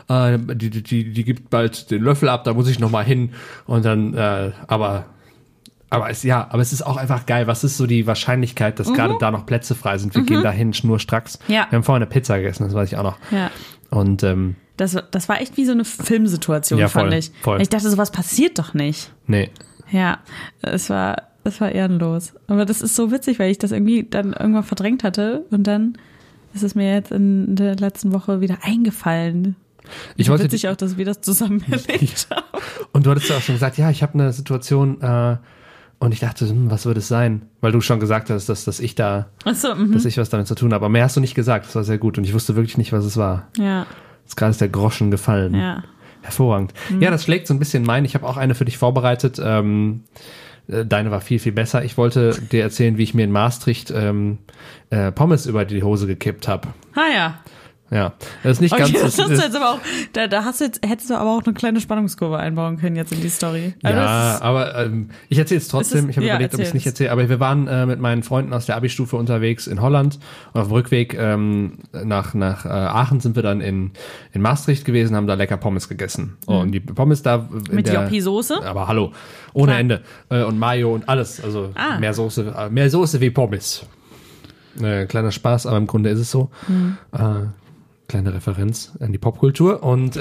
die gibt bald den Löffel ab, da muss ich nochmal hin und dann, aber es ist auch einfach geil, was ist so die Wahrscheinlichkeit, dass gerade da noch Plätze frei sind, wir gehen dahin schnurstracks, wir haben vorhin eine Pizza gegessen, das weiß ich auch noch. Ja. Und das war echt wie so eine Filmsituation, fand ich. Voll. Ich dachte, sowas passiert doch nicht. Nee. Ja, das war ehrenlos. Aber das ist so witzig, weil ich das irgendwie dann irgendwann verdrängt hatte und dann ist es mir jetzt in der letzten Woche wieder eingefallen. Ich wollte witzig auch, dass wir das zusammen erlebt haben. Und du hattest ja auch schon gesagt, ja, ich habe eine Situation und ich dachte, was würde es sein? Weil du schon gesagt hast, dass ich was damit zu tun habe. Aber mehr hast du nicht gesagt, das war sehr gut und ich wusste wirklich nicht, was es war. Ja. Jetzt gerade ist der Groschen gefallen. Ja. Hervorragend. Ja, das schlägt so ein bisschen mein. Ich habe auch eine für dich vorbereitet. Deine war viel, viel besser. Ich wollte dir erzählen, wie ich mir in Maastricht Pommes über die Hose gekippt habe. Ja. Ja, das ist nicht ganz... Das hast du jetzt aber auch, hättest du aber auch eine kleine Spannungskurve einbauen können jetzt in die Story. Also ja, aber ich erzähle es trotzdem. Ich habe überlegt, ob ich es nicht erzähle. Aber wir waren mit meinen Freunden aus der Abi-Stufe unterwegs in Holland. Und auf dem Rückweg nach Aachen sind wir dann in Maastricht gewesen, haben da lecker Pommes gegessen. Und die Pommes da... Mit Joppi-Soße? Aber hallo, ohne Ende. Und Mayo und alles. Also mehr Soße wie Pommes. Kleiner Spaß, aber im Grunde ist es so. Kleine Referenz an die Popkultur und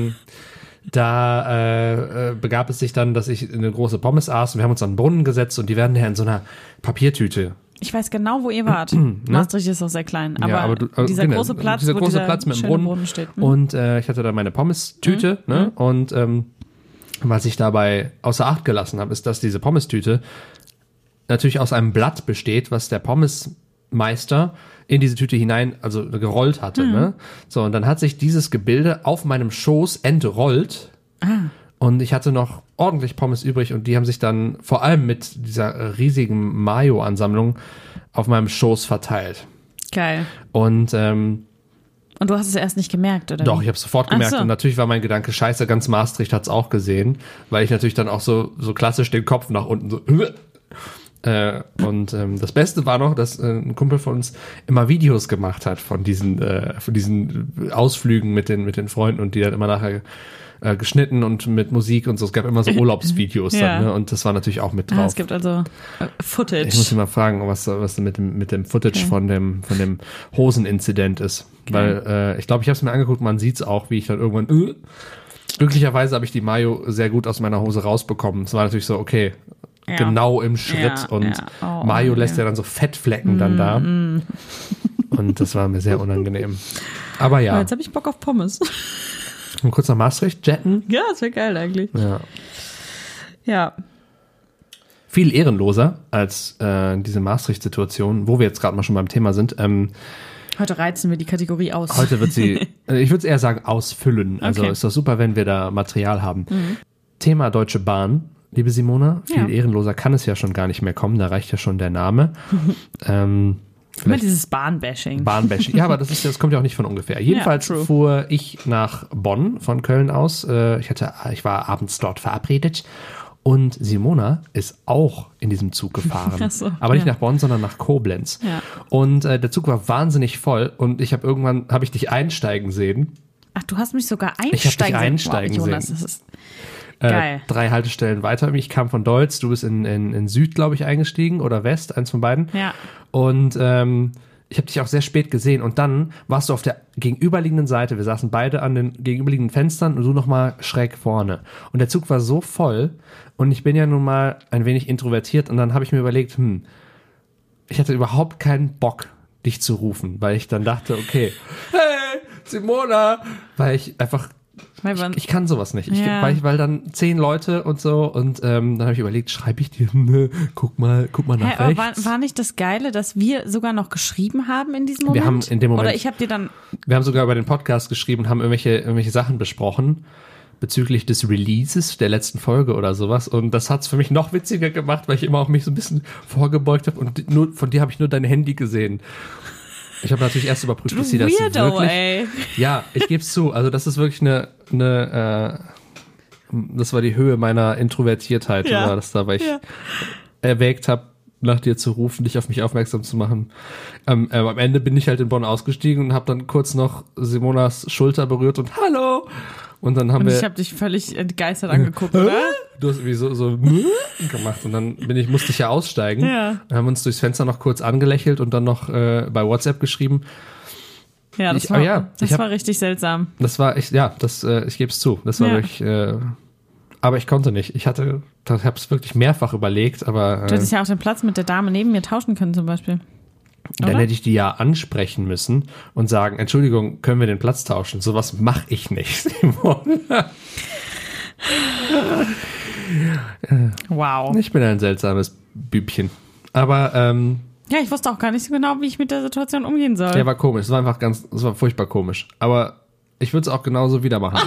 da begab es sich dann, dass ich eine große Pommes aß und wir haben uns an den Brunnen gesetzt und die werden ja in so einer Papiertüte. Ich weiß genau, wo ihr wart. Maastricht ist auch sehr klein, aber dieser große Platz, wo dieser Platz mit dem Brunnen steht. Und ich hatte da meine Pommes-Tüte und was ich dabei außer Acht gelassen habe, ist, dass diese Pommes-Tüte natürlich aus einem Blatt besteht, was der Pommesmeister in diese Tüte hinein, also gerollt hatte. Ne? So, und dann hat sich dieses Gebilde auf meinem Schoß entrollt. Und ich hatte noch ordentlich Pommes übrig und die haben sich dann vor allem mit dieser riesigen Mayo-Ansammlung auf meinem Schoß verteilt. Geil. Und du hast es erst nicht gemerkt, oder? Doch, ich habe es sofort gemerkt. Und natürlich war mein Gedanke, scheiße, ganz Maastricht hat es auch gesehen, weil ich natürlich dann auch so klassisch den Kopf nach unten so... Und das Beste war noch, dass ein Kumpel von uns immer Videos gemacht hat von diesen Ausflügen mit den Freunden und die dann immer nachher geschnitten und mit Musik und so. Es gab immer so Urlaubsvideos dann, ne? Und das war natürlich auch mit drauf. Es gibt also Footage. Ich muss ihn mal fragen, was mit dem Footage von dem Hoseninzident ist. Weil ich glaube, ich habe es mir angeguckt, man sieht es auch, wie ich dann irgendwann glücklicherweise habe ich die Mayo sehr gut aus meiner Hose rausbekommen. Es war natürlich so, okay, genau im Schritt und Mayo lässt ja dann so Fettflecken dann da und das war mir sehr unangenehm. Aber ja. Jetzt habe ich Bock auf Pommes. Und kurz nach Maastricht jetten? Ja, das wäre geil eigentlich. Ja. Viel ehrenloser als diese Maastricht-Situation, wo wir jetzt gerade mal schon beim Thema sind. Heute reizen wir die Kategorie aus. Heute wird sie, ich würde es eher sagen, ausfüllen. Also ist doch super, wenn wir da Material haben. Thema Deutsche Bahn, liebe Simona. Viel ehrenloser kann es ja schon gar nicht mehr kommen. Da reicht ja schon der Name. Immer dieses Bahnbashing. Bahnbashing. Ja, aber das kommt ja auch nicht von ungefähr. Jedenfalls fuhr ich nach Bonn von Köln aus. Ich war abends dort verabredet. Und Simona ist auch in diesem Zug gefahren. So, aber nicht nach Bonn, sondern nach Koblenz. Ja. Und der Zug war wahnsinnig voll. Und irgendwann habe ich dich einsteigen sehen. Ach, du hast mich sogar einsteigen sehen. Ich habe dich einsteigen sehen. Jonas, das ist geil. 3 Haltestellen weiter. Ich kam von Deutz. Du bist in Süd, glaube ich, eingestiegen. Oder West, eins von beiden. Ja. Und ich habe dich auch sehr spät gesehen und dann warst du auf der gegenüberliegenden Seite. Wir saßen beide an den gegenüberliegenden Fenstern und du nochmal schräg vorne. Und der Zug war so voll und ich bin ja nun mal ein wenig introvertiert und dann habe ich mir überlegt, ich hatte überhaupt keinen Bock, dich zu rufen, weil ich dann dachte, okay, hey, Simona, weil ich einfach... Ich kann sowas nicht. Weil dann 10 Leute und so und dann habe ich überlegt, schreibe ich dir, guck mal nach rechts. War nicht das Geile, dass wir sogar noch geschrieben haben in diesem Moment? Wir haben in dem Moment, oder ich habe dir dann... Wir haben sogar über den Podcast geschrieben und haben irgendwelche Sachen besprochen bezüglich des Releases der letzten Folge oder sowas und das hat es für mich noch witziger gemacht, weil ich immer auf mich so ein bisschen vorgebeugt habe und nur von dir habe ich nur dein Handy gesehen. Ich habe natürlich erst überprüft, dass sie das wirklich... Ey. Ja, ich gebe es zu. Also das ist wirklich das war die Höhe meiner Introvertiertheit, war das da, weil ich erwägt habe, nach dir zu rufen, dich auf mich aufmerksam zu machen. Am Ende bin ich halt in Bonn ausgestiegen und habe dann kurz noch Simonas Schulter berührt und Hallo! Und dann haben wir... Ich habe dich völlig entgeistert angeguckt, oder? Du hast irgendwie so gemacht und dann musste ich ja aussteigen. Ja. Dann haben wir uns durchs Fenster noch kurz angelächelt und dann noch bei WhatsApp geschrieben. Ja, das war richtig seltsam. Das war ich gebe es zu. Das war wirklich, aber ich konnte nicht. Ich habe es wirklich mehrfach überlegt, aber... Du hättest ja auch den Platz mit der Dame neben mir tauschen können zum Beispiel. Dann oder? Hätte ich die ja ansprechen müssen und sagen, Entschuldigung, können wir den Platz tauschen? Sowas mache ich nicht, Simon. Wow. Ich bin ein seltsames Bübchen. Aber ja, ich wusste auch gar nicht so genau, wie ich mit der Situation umgehen soll. Ja, war komisch. Es war furchtbar komisch. Aber ich würde es auch genauso wieder machen.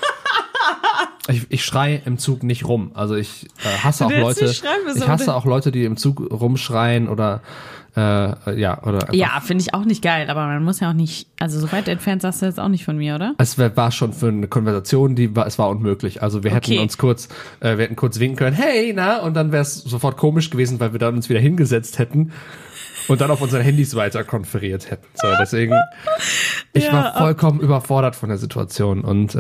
Ich schreie im Zug nicht rum. Also ich hasse auch Leute. Ich hasse auch Leute, die im Zug rumschreien oder ja, finde ich auch nicht geil, aber man muss ja auch nicht, also so weit entfernt sagst du jetzt auch nicht von mir, oder? Es war schon für eine Konversation, es war unmöglich. Also wir hätten uns kurz winken können, hey, na, und dann wäre es sofort komisch gewesen, weil wir dann uns wieder hingesetzt hätten und dann auf unseren Handys weiter konferiert hätten. So, deswegen, ich war vollkommen überfordert von der Situation und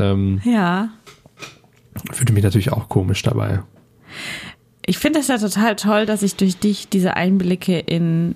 fühlte mich natürlich auch komisch dabei. Ich finde es ja total toll, dass ich durch dich diese Einblicke in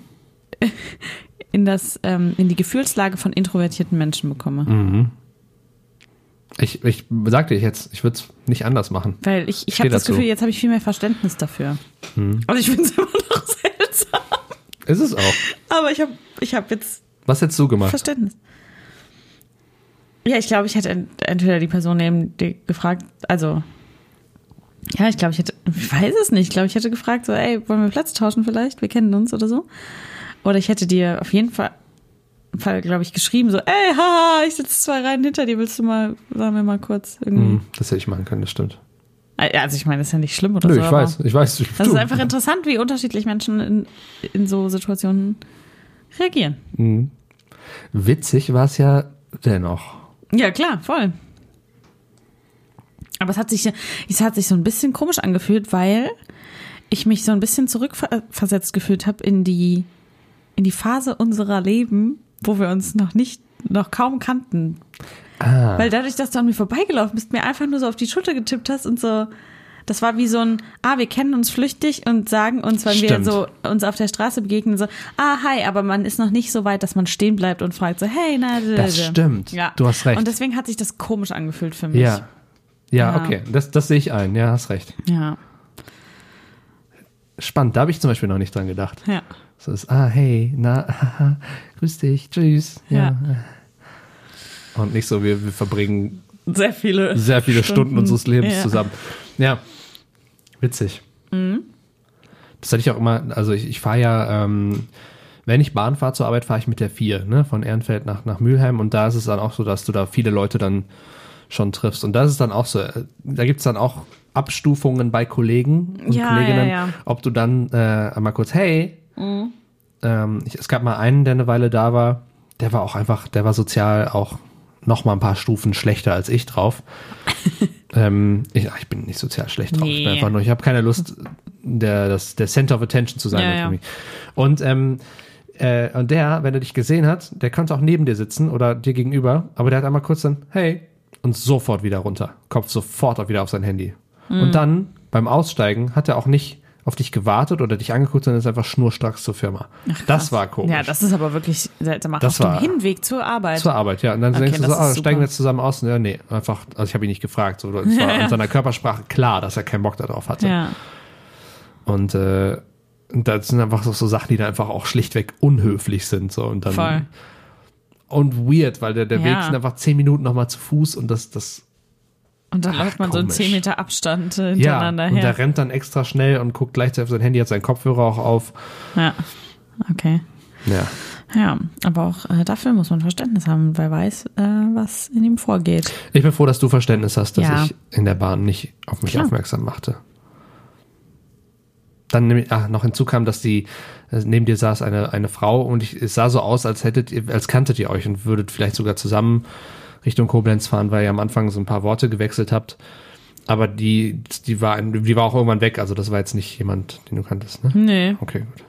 die Gefühlslage von introvertierten Menschen bekomme. Mhm. Ich sagte jetzt, ich würde es nicht anders machen. Weil ich habe das Gefühl, jetzt habe ich viel mehr Verständnis dafür. Also ich finde es immer noch seltsam. Ist es auch. Aber ich hab jetzt... Was hättest du gemacht? Verständnis. Ja, ich glaube, ich hätte entweder die Person neben dir gefragt, also... Ja, ich weiß es nicht. Ich glaube, ich hätte gefragt, so, ey, wollen wir Platz tauschen vielleicht? Wir kennen uns oder so. Oder ich hätte dir auf jeden Fall, glaube ich, geschrieben, so, ey, haha, ich sitze 2 Reihen hinter dir, willst du mal, sagen wir mal kurz irgendwie. Das hätte ich machen können, das stimmt. Also ich meine, das ist ja nicht schlimm oder so. Ich weiß. Das ist einfach interessant, wie unterschiedlich Menschen in so Situationen reagieren. Mhm. Witzig war es ja dennoch. Ja, klar, voll. Aber es hat sich so ein bisschen komisch angefühlt, weil ich mich so ein bisschen zurückversetzt gefühlt habe in die Phase unserer Leben, wo wir uns noch kaum kannten. Weil dadurch, dass du an mir vorbeigelaufen bist, mir einfach nur so auf die Schulter getippt hast und so, das war wie so ein, wir kennen uns flüchtig und sagen uns, wenn wir so uns auf der Straße begegnen, so, hi, aber man ist noch nicht so weit, dass man stehen bleibt und fragt so, hey, na, das stimmt. Ja. Du hast recht. Und deswegen hat sich das komisch angefühlt für mich. Ja, okay, das sehe ich ein. Ja, hast recht. Ja. Spannend, da habe ich zum Beispiel noch nicht dran gedacht. Ja. So ist, hey, na, grüß dich, tschüss. Ja. Und nicht so, wir verbringen sehr viele Stunden unseres Lebens zusammen. Ja, witzig. Mhm. Das hatte ich auch immer, also ich fahre ja, wenn ich Bahn fahre zur Arbeit, fahre ich mit der 4, ne, von Ehrenfeld nach Mülheim und da ist es dann auch so, dass du da viele Leute dann schon triffst. Und das ist dann auch so, da gibt es dann auch Abstufungen bei Kollegen und Kolleginnen, ob du dann einmal kurz, hey, es gab mal einen, der eine Weile da war, der war auch einfach, der war sozial auch noch mal ein paar Stufen schlechter als ich drauf. Ich bin nicht sozial schlecht drauf. Ich bin einfach nur, ich habe keine Lust, der Center of Attention zu sein. Und der, wenn er dich gesehen hat, der konnte auch neben dir sitzen oder dir gegenüber, aber der hat einmal kurz dann, hey, und sofort wieder runter. Kopf sofort auch wieder auf sein Handy. Und dann, beim Aussteigen, hat er auch nicht auf dich gewartet oder dich angeguckt, sondern ist einfach schnurstracks zur Firma. Ach, das war komisch. Ja, das ist aber wirklich seltsam. Auf dem Hinweg zur Arbeit. Zur Arbeit, ja. Und dann denkst du so, steigen wir jetzt zusammen aus? Ja, nee, einfach, also ich habe ihn nicht gefragt. So, es war in seiner Körpersprache klar, dass er keinen Bock darauf hatte. Ja. Und das sind einfach so Sachen, die dann einfach auch schlichtweg unhöflich sind. So. Und dann, voll. Und weird, weil der Weg sind einfach 10 Minuten nochmal zu Fuß und das und dann läuft man komisch. So einen 10 Meter Abstand hintereinander her. Und der rennt dann extra schnell und guckt gleichzeitig auf sein Handy, hat seinen Kopfhörer auch auf. Ja, okay. Ja. Ja, aber auch dafür muss man Verständnis haben, weil weiß, was in ihm vorgeht. Ich bin froh, dass du Verständnis hast, dass ich in der Bahn nicht auf mich aufmerksam machte. Dann noch hinzu kam, dass neben dir saß eine Frau und es sah so aus, als kanntet ihr euch und würdet vielleicht sogar zusammen Richtung Koblenz fahren, weil ihr am Anfang so ein paar Worte gewechselt habt. Aber die war auch irgendwann weg, also das war jetzt nicht jemand, den du kanntest, ne? Nee. Okay, gut.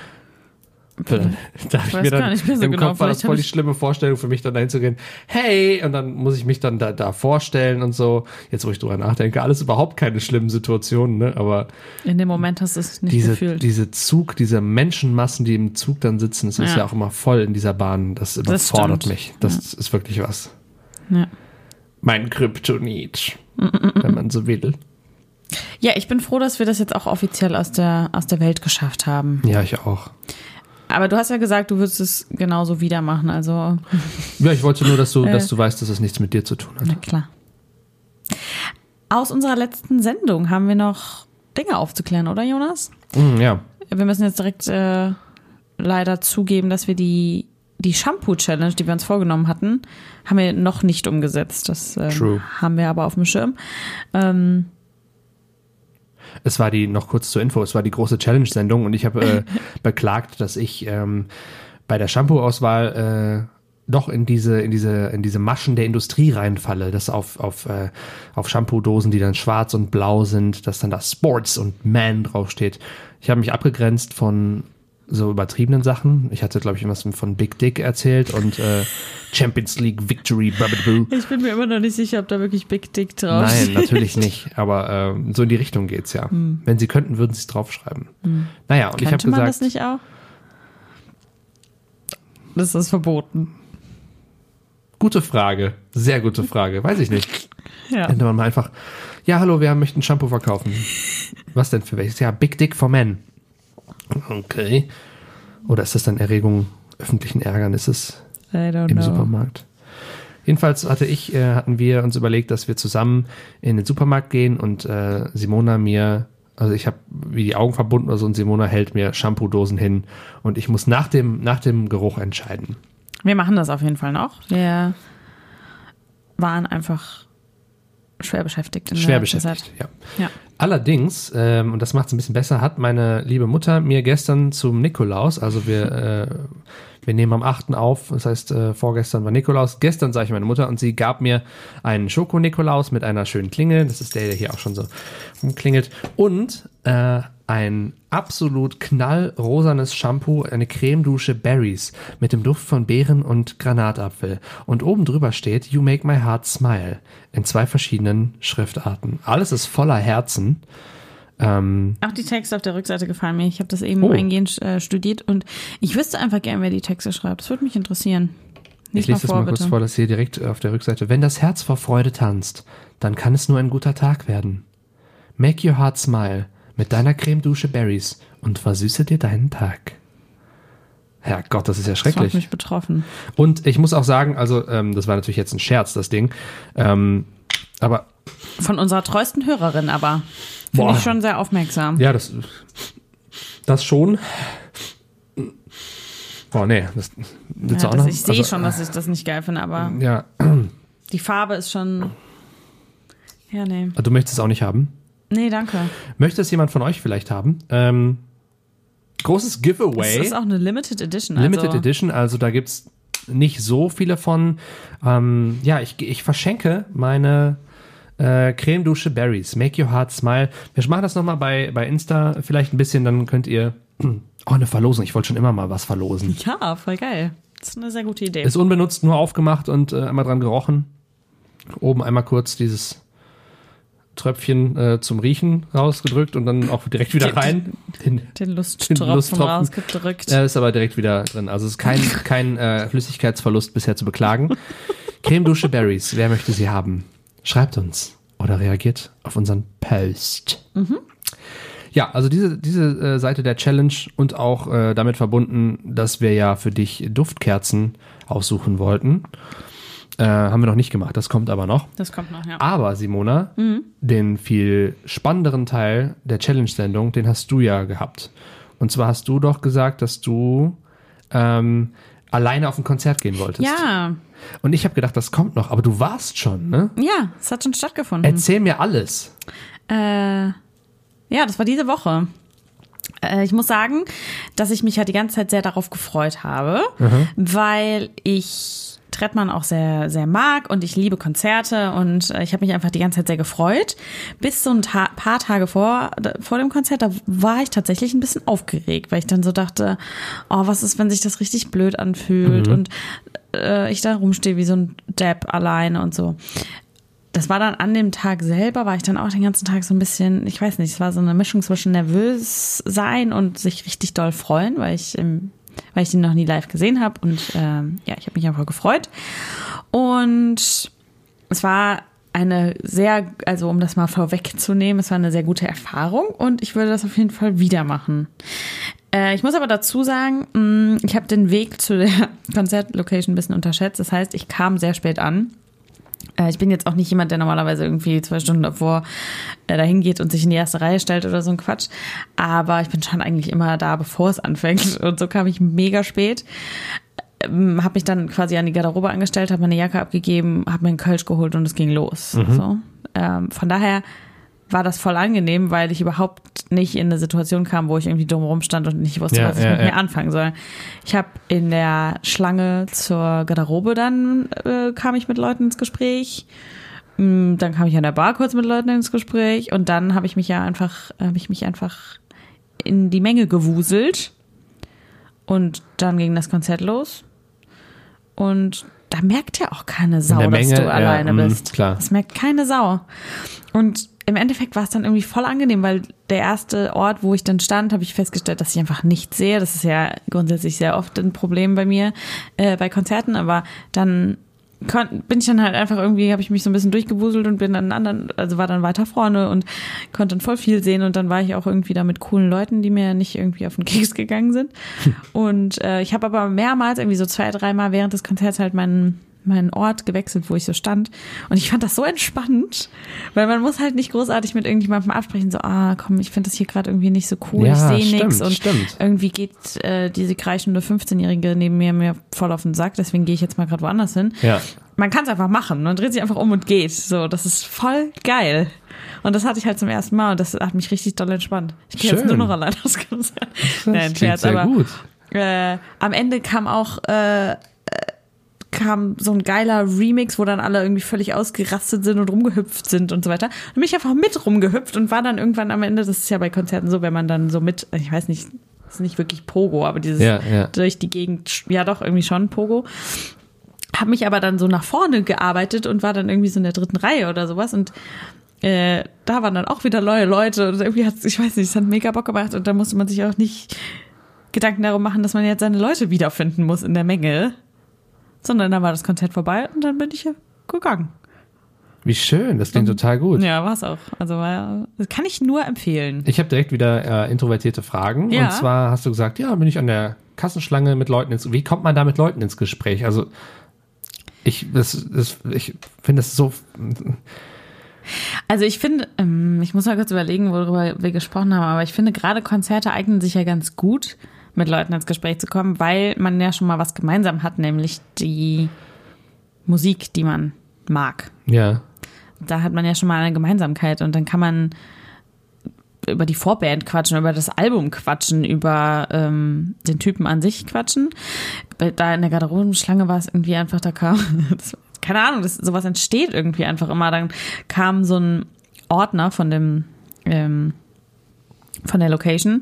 Da habe ich mir dann im Kopf war das voll die schlimme Vorstellung für mich, dann dahin zu gehen, hey, und dann muss ich mich dann da vorstellen und so. Jetzt, wo ich drüber nachdenke, alles überhaupt keine schlimmen Situationen, ne? Aber in dem Moment hast du es nicht gefühlt. Diese Menschenmassen, die im Zug dann sitzen, das ist ja auch immer voll in dieser Bahn. Das überfordert mich. Das ist wirklich was. Ja. Mein Kryptonit, wenn man so will. Ja, ich bin froh, dass wir das jetzt auch offiziell aus der Welt geschafft haben. Ja, ich auch. Aber du hast ja gesagt, du würdest es genauso wieder machen, also. Ja, ich wollte nur, dass du weißt, dass es nichts mit dir zu tun hat. Na klar. Aus unserer letzten Sendung haben wir noch Dinge aufzuklären, oder Jonas? Ja. Wir müssen jetzt direkt leider zugeben, dass wir die Shampoo-Challenge, die wir uns vorgenommen hatten, haben wir noch nicht umgesetzt. Das haben wir aber auf dem Schirm. Es war noch kurz zur Info, es war die große Challenge-Sendung und ich habe beklagt, dass ich bei der Shampoo-Auswahl doch in diese Maschen der Industrie reinfalle, dass auf Shampoo-Dosen, die dann schwarz und blau sind, dass dann da Sports und Man draufsteht. Ich habe mich abgegrenzt von so übertriebenen Sachen. Ich hatte, glaube ich, irgendwas von Big Dick erzählt und Champions League Victory. Ich bin mir immer noch nicht sicher, ob da wirklich Big Dick draufsteht. Nein, natürlich nicht. Aber so in die Richtung geht's ja. Wenn sie könnten, würden sie es draufschreiben. Naja, und ich habe gesagt... Könnte man das nicht auch? Das ist verboten. Gute Frage. Sehr gute Frage. Weiß ich nicht. Ja. Könnte man mal einfach... Ja, hallo, wir möchten Shampoo verkaufen. Was denn für welches? Ja, Big Dick for Men. Okay. Oder ist das dann Erregung öffentlichen Ärgernisses im Supermarkt? Jedenfalls hatten wir uns überlegt, dass wir zusammen in den Supermarkt gehen und Simona also ich habe wie die Augen verbunden oder so und Simona hält mir Shampoo-Dosen hin und ich muss nach dem Geruch entscheiden. Wir machen das auf jeden Fall noch. Wir waren einfach schwer beschäftigt. Ja. Allerdings, und das macht es ein bisschen besser, hat meine liebe Mutter mir gestern zum Nikolaus, also wir nehmen am 8. auf, das heißt vorgestern war Nikolaus, gestern sah ich meine Mutter und sie gab mir einen Schoko-Nikolaus mit einer schönen Klingel, das ist der hier auch schon so umklingelt, und ein absolut knallrosanes Shampoo, eine Cremedusche Berries mit dem Duft von Beeren und Granatapfel. Und oben drüber steht You make my heart smile in 2 verschiedenen Schriftarten. Alles ist voller Herzen. Auch die Texte auf der Rückseite gefallen mir. Ich habe das eben eingehend studiert und ich wüsste einfach gern, wer die Texte schreibt. Das würde mich interessieren. Ich lese das mal kurz vor, das hier direkt auf der Rückseite. Wenn das Herz vor Freude tanzt, dann kann es nur ein guter Tag werden. Make your heart smile mit deiner Cremedusche Berries und versüße dir deinen Tag. Herrgott, das ist ja schrecklich. Das hat mich betroffen. Und ich muss auch sagen, also das war natürlich jetzt ein Scherz, das Ding, aber... Von unserer treuesten Hörerin aber. Finde ich schon sehr aufmerksam. Ja, das schon. Nee, das willst du auch noch? Ich sehe schon, dass ich das nicht geil finde, aber ja. Die Farbe ist schon... Ja, nee. Du möchtest es auch nicht haben? Nee, danke. Möchte es jemand von euch vielleicht haben? Großes Giveaway. Das ist auch eine Limited Edition. Limited Edition, also da gibt es nicht so viele von. Ich verschenke meine Creme-Dusche Berries. Make Your Heart Smile. Wir machen das nochmal bei Insta vielleicht ein bisschen, dann könnt ihr... eine Verlosung. Ich wollte schon immer mal was verlosen. Ja, voll geil. Das ist eine sehr gute Idee. Ist unbenutzt, nur aufgemacht und einmal dran gerochen. Oben einmal kurz dieses Tröpfchen zum Riechen rausgedrückt und dann auch direkt wieder rein. Den Lusttropfen rausgedrückt. Ist aber direkt wieder drin. Also es ist kein Flüssigkeitsverlust bisher zu beklagen. Creme-Dusche Berries. Wer möchte sie haben? Schreibt uns oder reagiert auf unseren Post. Ja, also diese Seite der Challenge und auch damit verbunden, dass wir ja für dich Duftkerzen aussuchen wollten. Haben wir noch nicht gemacht, das kommt aber noch. Das kommt noch, ja. Aber Simona, den viel spannenderen Teil der Challenge-Sendung, den hast du ja gehabt. Und zwar hast du doch gesagt, dass du alleine auf ein Konzert gehen wolltest. Ja. Und ich habe gedacht, das kommt noch, aber du warst schon, ne? Ja, es hat schon stattgefunden. Erzähl mir alles. Ja, das war diese Woche. Ich muss sagen, dass ich mich ja die ganze Zeit sehr darauf gefreut habe, weil ich Trettmann auch sehr, sehr mag und ich liebe Konzerte und ich habe mich einfach die ganze Zeit sehr gefreut. Bis so ein paar Tage vor dem Konzert, da war ich tatsächlich ein bisschen aufgeregt, weil ich dann so dachte, oh, was ist, wenn sich das richtig blöd anfühlt und ich da rumstehe wie so ein Depp alleine und so. Das war dann an dem Tag selber, war ich dann auch den ganzen Tag so ein bisschen, ich weiß nicht, es war so eine Mischung zwischen nervös sein und sich richtig doll freuen, weil ich den noch nie live gesehen habe und ich habe mich einfach gefreut. Und es war also um das mal vorwegzunehmen, es war eine sehr gute Erfahrung und ich würde das auf jeden Fall wieder machen. Ich muss aber dazu sagen, ich habe den Weg zu der Konzertlocation ein bisschen unterschätzt. Das heißt, ich kam sehr spät an. Ich bin jetzt auch nicht jemand, der normalerweise irgendwie 2 Stunden davor dahin geht und sich in die erste Reihe stellt oder so ein Quatsch. Aber ich bin schon eigentlich immer da, bevor es anfängt. Und so kam ich mega spät. Habe mich dann quasi an die Garderobe angestellt, habe meine Jacke abgegeben, habe mir einen Kölsch geholt und es ging los. So. Von daher war das voll angenehm, weil ich überhaupt nicht in eine Situation kam, wo ich irgendwie dumm rumstand und nicht wusste, was ich mit mir anfangen soll. Ich habe in der Schlange zur Garderobe dann kam ich mit Leuten ins Gespräch. Dann kam ich an der Bar kurz mit Leuten ins Gespräch und dann habe ich mich einfach in die Menge gewuselt und dann ging das Konzert los und da merkt ja auch keine Sau, dass du alleine bist. Klar. Das merkt keine Sau. Und im Endeffekt war es dann irgendwie voll angenehm, weil der erste Ort, wo ich dann stand, habe ich festgestellt, dass ich einfach nichts sehe. Das ist ja grundsätzlich sehr oft ein Problem bei mir, bei Konzerten. Aber dann bin ich dann halt einfach irgendwie, habe ich mich so ein bisschen durchgewuselt und bin dann war dann weiter vorne und konnte dann voll viel sehen. Und dann war ich auch irgendwie da mit coolen Leuten, die mir nicht irgendwie auf den Keks gegangen sind. Und ich habe aber mehrmals, irgendwie so 2, 3 Mal während des Konzerts halt meinen Ort gewechselt, wo ich so stand. Und ich fand das so entspannend, weil man muss halt nicht großartig mit irgendjemandem absprechen, so, komm, ich finde das hier gerade irgendwie nicht so cool, ich sehe nichts und irgendwie geht diese kreischende 15-Jährige neben mir voll auf den Sack, deswegen gehe ich jetzt mal gerade woanders hin. Ja. Man kann es einfach machen, man dreht sich einfach um und geht. So, das ist voll geil. Und das hatte ich halt zum ersten Mal und das hat mich richtig doll entspannt. Ich gehe jetzt nur noch allein aufs Konzert. Nein, Scherz, aber gut. Am Ende kam so ein geiler Remix, wo dann alle irgendwie völlig ausgerastet sind und rumgehüpft sind und so weiter. Und bin ich einfach mit rumgehüpft und war dann irgendwann am Ende, das ist ja bei Konzerten so, wenn man dann so mit, ich weiß nicht, das ist nicht wirklich Pogo, aber dieses durch die Gegend, ja doch, irgendwie schon Pogo. Habe mich aber dann so nach vorne gearbeitet und war dann irgendwie so in der 3. Reihe oder sowas und da waren dann auch wieder neue Leute und irgendwie ich weiß nicht, es hat mega Bock gemacht und da musste man sich auch nicht Gedanken darum machen, dass man jetzt seine Leute wiederfinden muss in der Menge. Sondern dann war das Konzert vorbei und dann bin ich gegangen. Wie schön, das klingt total gut. Ja, war es auch. Also das kann ich nur empfehlen. Ich habe direkt wieder introvertierte Fragen. Ja. Und zwar hast du gesagt, ja, bin ich an der Kassenschlange mit Leuten wie kommt man da mit Leuten ins Gespräch? Also ich finde das so... Also ich finde, ich muss mal kurz überlegen, worüber wir gesprochen haben, aber ich finde gerade Konzerte eignen sich ja ganz gut, mit Leuten ins Gespräch zu kommen, weil man ja schon mal was gemeinsam hat, nämlich die Musik, die man mag. Ja. Da hat man ja schon mal eine Gemeinsamkeit und dann kann man über die Vorband quatschen, über das Album quatschen, über den Typen an sich quatschen. Da in der Garderobenschlange war es irgendwie einfach, da kam, keine Ahnung, sowas entsteht irgendwie einfach immer. Dann kam so ein Ordner von der Location,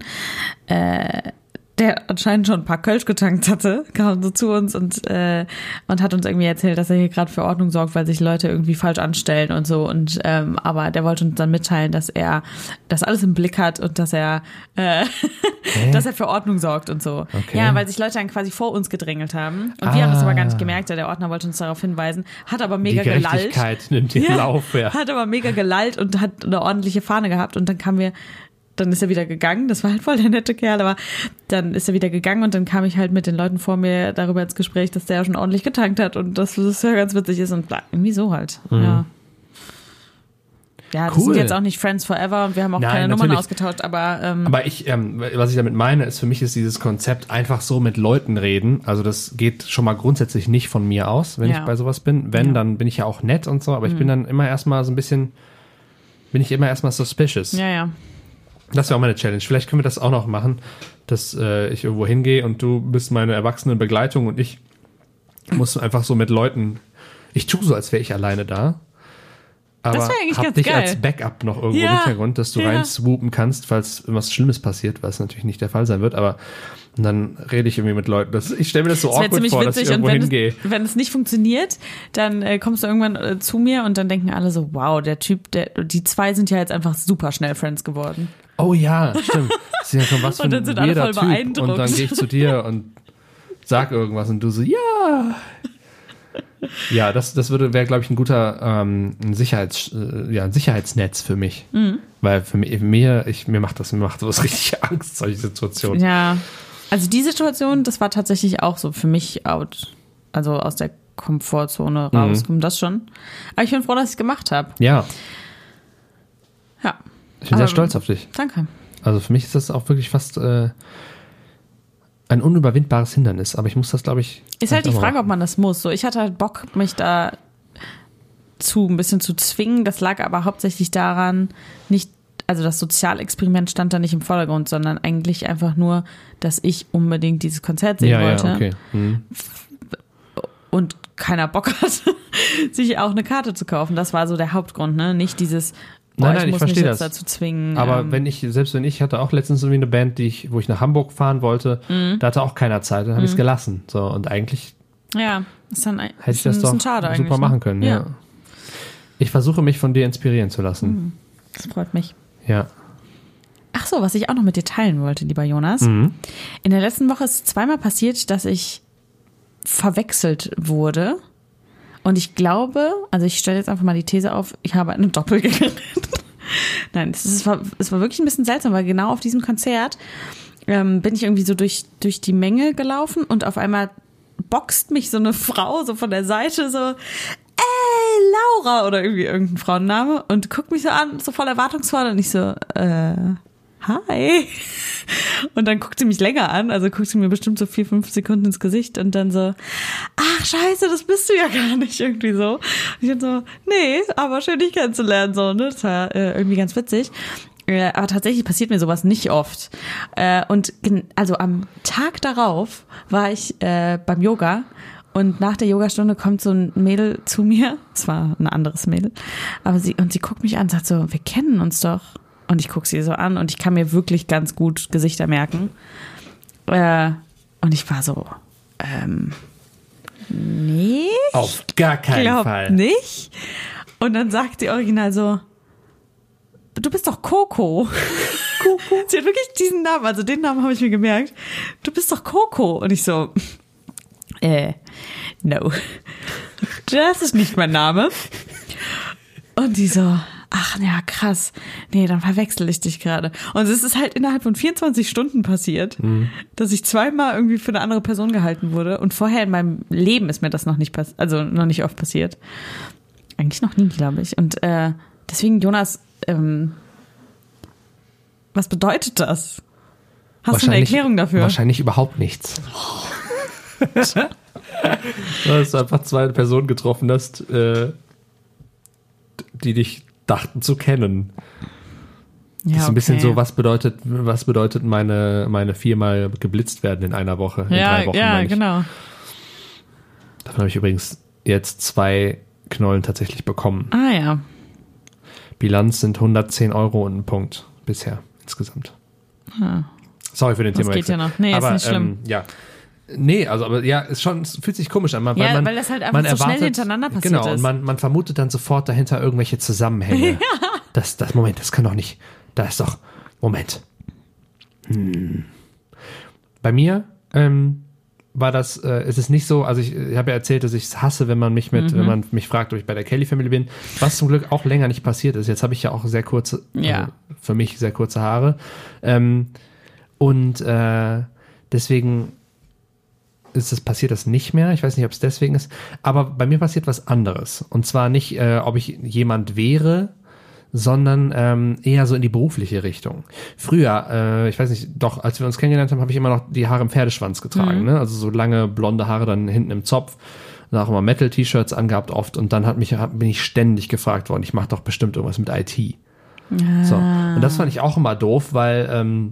der anscheinend schon ein paar Kölsch getankt hatte, kam so zu uns und hat uns irgendwie erzählt, dass er hier gerade für Ordnung sorgt, weil sich Leute irgendwie falsch anstellen und so. Und aber der wollte uns dann mitteilen, dass er das alles im Blick hat und dass er dass er für Ordnung sorgt und so. Okay. Ja, weil sich Leute dann quasi vor uns gedrängelt haben. Und wir haben das aber gar nicht gemerkt. Der Ordner wollte uns darauf hinweisen, hat aber mega gelallt. Die Gerechtigkeit nimmt den Lauf, ja. Hat aber mega gelallt und hat eine ordentliche Fahne gehabt. Und dann ist er wieder gegangen, das war halt voll der nette Kerl, aber dann ist er wieder gegangen und dann kam ich halt mit den Leuten vor mir darüber ins Gespräch, dass der ja schon ordentlich getankt hat und dass das ja ganz witzig ist und irgendwie so halt, ja. Ja, das sind jetzt auch nicht Friends Forever und wir haben auch keine Nummern ausgetauscht, aber aber ich, was ich damit meine, ist, für mich ist dieses Konzept einfach so mit Leuten reden, also das geht schon mal grundsätzlich nicht von mir aus, wenn ich bei sowas bin, dann bin ich ja auch nett und so, aber ich bin dann immer erstmal suspicious. Ja. Das wäre auch meine Challenge. Vielleicht können wir das auch noch machen, dass ich irgendwo hingehe und du bist meine erwachsene Begleitung und ich muss einfach so mit Leuten, ich tue so, als wäre ich alleine da, aber hab dich geil als Backup noch irgendwo im Hintergrund, dass du rein swoopen kannst, falls irgendwas Schlimmes passiert, was natürlich nicht der Fall sein wird, aber dann rede ich irgendwie mit Leuten. Ich stelle mir das so awkward vor, dass ich irgendwo hingehe. Wenn es nicht funktioniert, dann kommst du irgendwann zu mir und dann denken alle so, wow, der Typ, die zwei sind ja jetzt einfach super schnell Friends geworden. Oh ja, stimmt. Sie ja schon was für ein weirder Typ. Und dann gehe ich zu dir und sag irgendwas und du so, ja. Ja, das wäre, glaube ich, ein guter ein Sicherheitsnetz für mich. Mhm. Weil mir macht sowas richtig Angst, solche Situationen. Ja, also die Situation, das war tatsächlich auch so für mich also aus der Komfortzone rauskommen, das schon. Aber ich bin froh, dass ich es gemacht habe. Ja. Ja. Ich bin sehr stolz auf dich. Danke. Also für mich ist das auch wirklich fast ein unüberwindbares Hindernis, aber ich muss das, glaube ich... Ist halt die Frage, ob man das muss. So, ich hatte halt Bock, mich da ein bisschen zu zwingen. Das lag aber hauptsächlich daran, also das Sozialexperiment stand da nicht im Vordergrund, sondern eigentlich einfach nur, dass ich unbedingt dieses Konzert sehen wollte. Ja, okay. Und keiner Bock hat, sich auch eine Karte zu kaufen. Das war so der Hauptgrund, ne? Nicht dieses... Nein, ich verstehe das. Dazu zwingen. Aber ich hatte auch letztens irgendwie eine Band, wo ich nach Hamburg fahren wollte, da hatte auch keiner Zeit, dann habe ich es gelassen. So, und eigentlich ist dann hätte ich das doch super machen können. Ja. Ich versuche mich von dir inspirieren zu lassen. Das freut mich. Ja. Ach so, was ich auch noch mit dir teilen wollte, lieber Jonas. In der letzten Woche ist es zweimal passiert, dass ich verwechselt wurde. Und ich glaube, also ich stelle jetzt einfach mal die These auf, ich habe eine Doppelgängerin. Nein, es war wirklich ein bisschen seltsam, weil genau auf diesem Konzert bin ich irgendwie so durch die Menge gelaufen und auf einmal boxt mich so eine Frau so von der Seite so, ey, Laura, oder irgendwie irgendein Frauenname und guckt mich so an, so voll erwartungsvoll und ich so, hi. Und dann guckt sie mich länger an, also guckt sie mir bestimmt so 4-5 Sekunden ins Gesicht und dann so, ach scheiße, das bist du ja gar nicht, irgendwie so. Und ich dann so, nee, aber schön dich kennenzulernen, so, ne, das war irgendwie ganz witzig. Aber tatsächlich passiert mir sowas nicht oft. Und also am Tag darauf war ich beim Yoga und nach der Yogastunde kommt so ein Mädel zu mir, es war ein anderes Mädel, aber sie guckt mich an und sagt so, wir kennen uns doch. Und ich gucke sie so an und ich kann mir wirklich ganz gut Gesichter merken. Und ich war so, nee. Auf gar keinen Fall. Nicht. Und dann sagt sie original so, du bist doch Coco. Coco. Sie hat wirklich diesen Namen, also den Namen habe ich mir gemerkt. Du bist doch Coco. Und ich so, no. Das ist nicht mein Name. Und die so, ach ja, krass. Nee, dann verwechsel ich dich gerade. Und es ist halt innerhalb von 24 Stunden passiert, dass ich zweimal irgendwie für eine andere Person gehalten wurde. Und vorher in meinem Leben ist mir das noch nicht noch nicht oft passiert. Eigentlich noch nie, glaube ich. Und deswegen, Jonas, was bedeutet das? Hast du eine Erklärung dafür? Wahrscheinlich überhaupt nichts. Du hast einfach zwei Personen getroffen hast, die dich dachten zu kennen. Das ist ein bisschen so, was bedeutet meine 4-mal geblitzt werden in einer Woche, in 3 Wochen. Ja, genau. Davon habe ich übrigens jetzt 2 Knollen tatsächlich bekommen. Ah ja. Bilanz sind 110 € und ein Punkt bisher insgesamt. Sorry für den Thema. Das geht ja noch. Nee, aber, ist nicht schlimm. Nee, aber es fühlt sich komisch an. Weil das halt einfach so schnell hintereinander passiert ist. Genau, und man vermutet dann sofort dahinter irgendwelche Zusammenhänge. Moment, das kann doch nicht, da ist doch, Moment. Bei mir war das, ist es nicht so, also ich habe ja erzählt, dass ich es hasse, wenn man mich wenn man mich fragt, ob ich bei der Kelly-Family bin, was zum Glück auch länger nicht passiert ist. Jetzt habe ich ja auch sehr kurze, also für mich sehr kurze Haare. Deswegen passiert das nicht mehr. Ich weiß nicht, ob es deswegen ist. Aber bei mir passiert was anderes. Und zwar nicht, ob ich jemand wäre, sondern eher so in die berufliche Richtung. Früher, ich weiß nicht, doch, als wir uns kennengelernt haben, habe ich immer noch die Haare im Pferdeschwanz getragen. Ne? Also so lange blonde Haare dann hinten im Zopf. Dann auch immer Metal-T-Shirts angehabt oft. Und dann bin ich ständig gefragt worden, ich mache doch bestimmt irgendwas mit IT. So. Und das fand ich auch immer doof, weil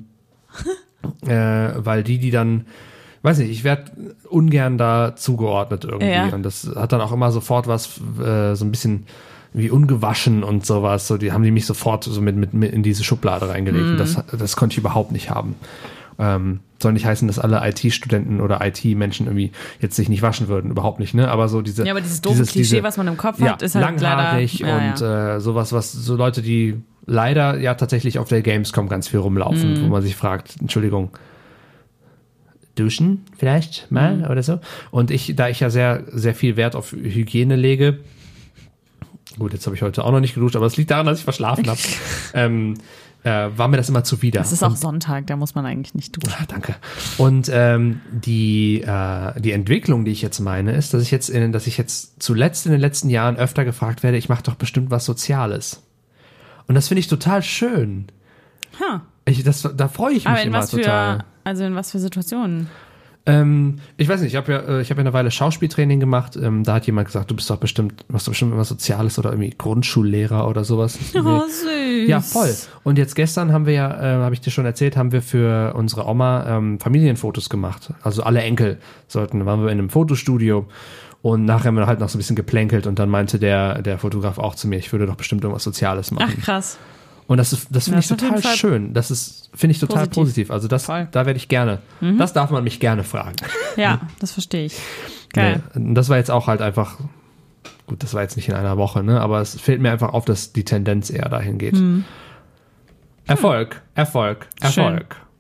die dann, weiß nicht, ich werde ungern da zugeordnet irgendwie. Ja. Und das hat dann auch immer sofort was so ein bisschen wie ungewaschen und sowas. So, haben die mich sofort so mit in diese Schublade reingelegt. Und das konnte ich überhaupt nicht haben. Soll nicht heißen, dass alle IT-Studenten oder IT-Menschen irgendwie jetzt sich nicht waschen würden. Überhaupt nicht, ne? Aber so diese... Ja, aber dieses doofe Klischee, was man im Kopf hat, ist halt langhaarig leider... und sowas, was so Leute, die leider ja tatsächlich auf der Gamescom ganz viel rumlaufen, wo man sich fragt, Entschuldigung, duschen vielleicht mal oder so. Und da ich ja sehr, sehr viel Wert auf Hygiene lege, gut, jetzt habe ich heute auch noch nicht geduscht, aber es liegt daran, dass ich verschlafen habe, war mir das immer zuwider. Es ist auch Sonntag, da muss man eigentlich nicht duschen. Danke. Und die Entwicklung, die ich jetzt meine, ist, dass ich jetzt zuletzt in den letzten Jahren öfter gefragt werde, ich mache doch bestimmt was Soziales. Und das finde ich total schön. Da freue ich mich immer total. Also in was für Situationen? Ich weiß nicht, ich habe ja eine Weile Schauspieltraining gemacht. Da hat jemand gesagt, machst doch bestimmt was Soziales oder irgendwie Grundschullehrer oder sowas. Oh, süß. Ja, voll. Und jetzt gestern haben wir habe ich dir schon erzählt, haben wir für unsere Oma Familienfotos gemacht. Also alle Enkel waren wir in einem Fotostudio. Und nachher haben wir halt noch so ein bisschen geplänkelt und dann meinte der Fotograf auch zu mir, ich würde doch bestimmt irgendwas Soziales machen. Ach, krass. Und das finde ich total schön. Das finde ich total positiv. Also da werde ich gerne, das darf man mich gerne fragen. Ja, das verstehe ich. Geil. Nee, das war jetzt auch halt einfach, gut, das war jetzt nicht in einer Woche, ne? Aber es fällt mir einfach auf, dass die Tendenz eher dahin geht. Erfolg. Schön.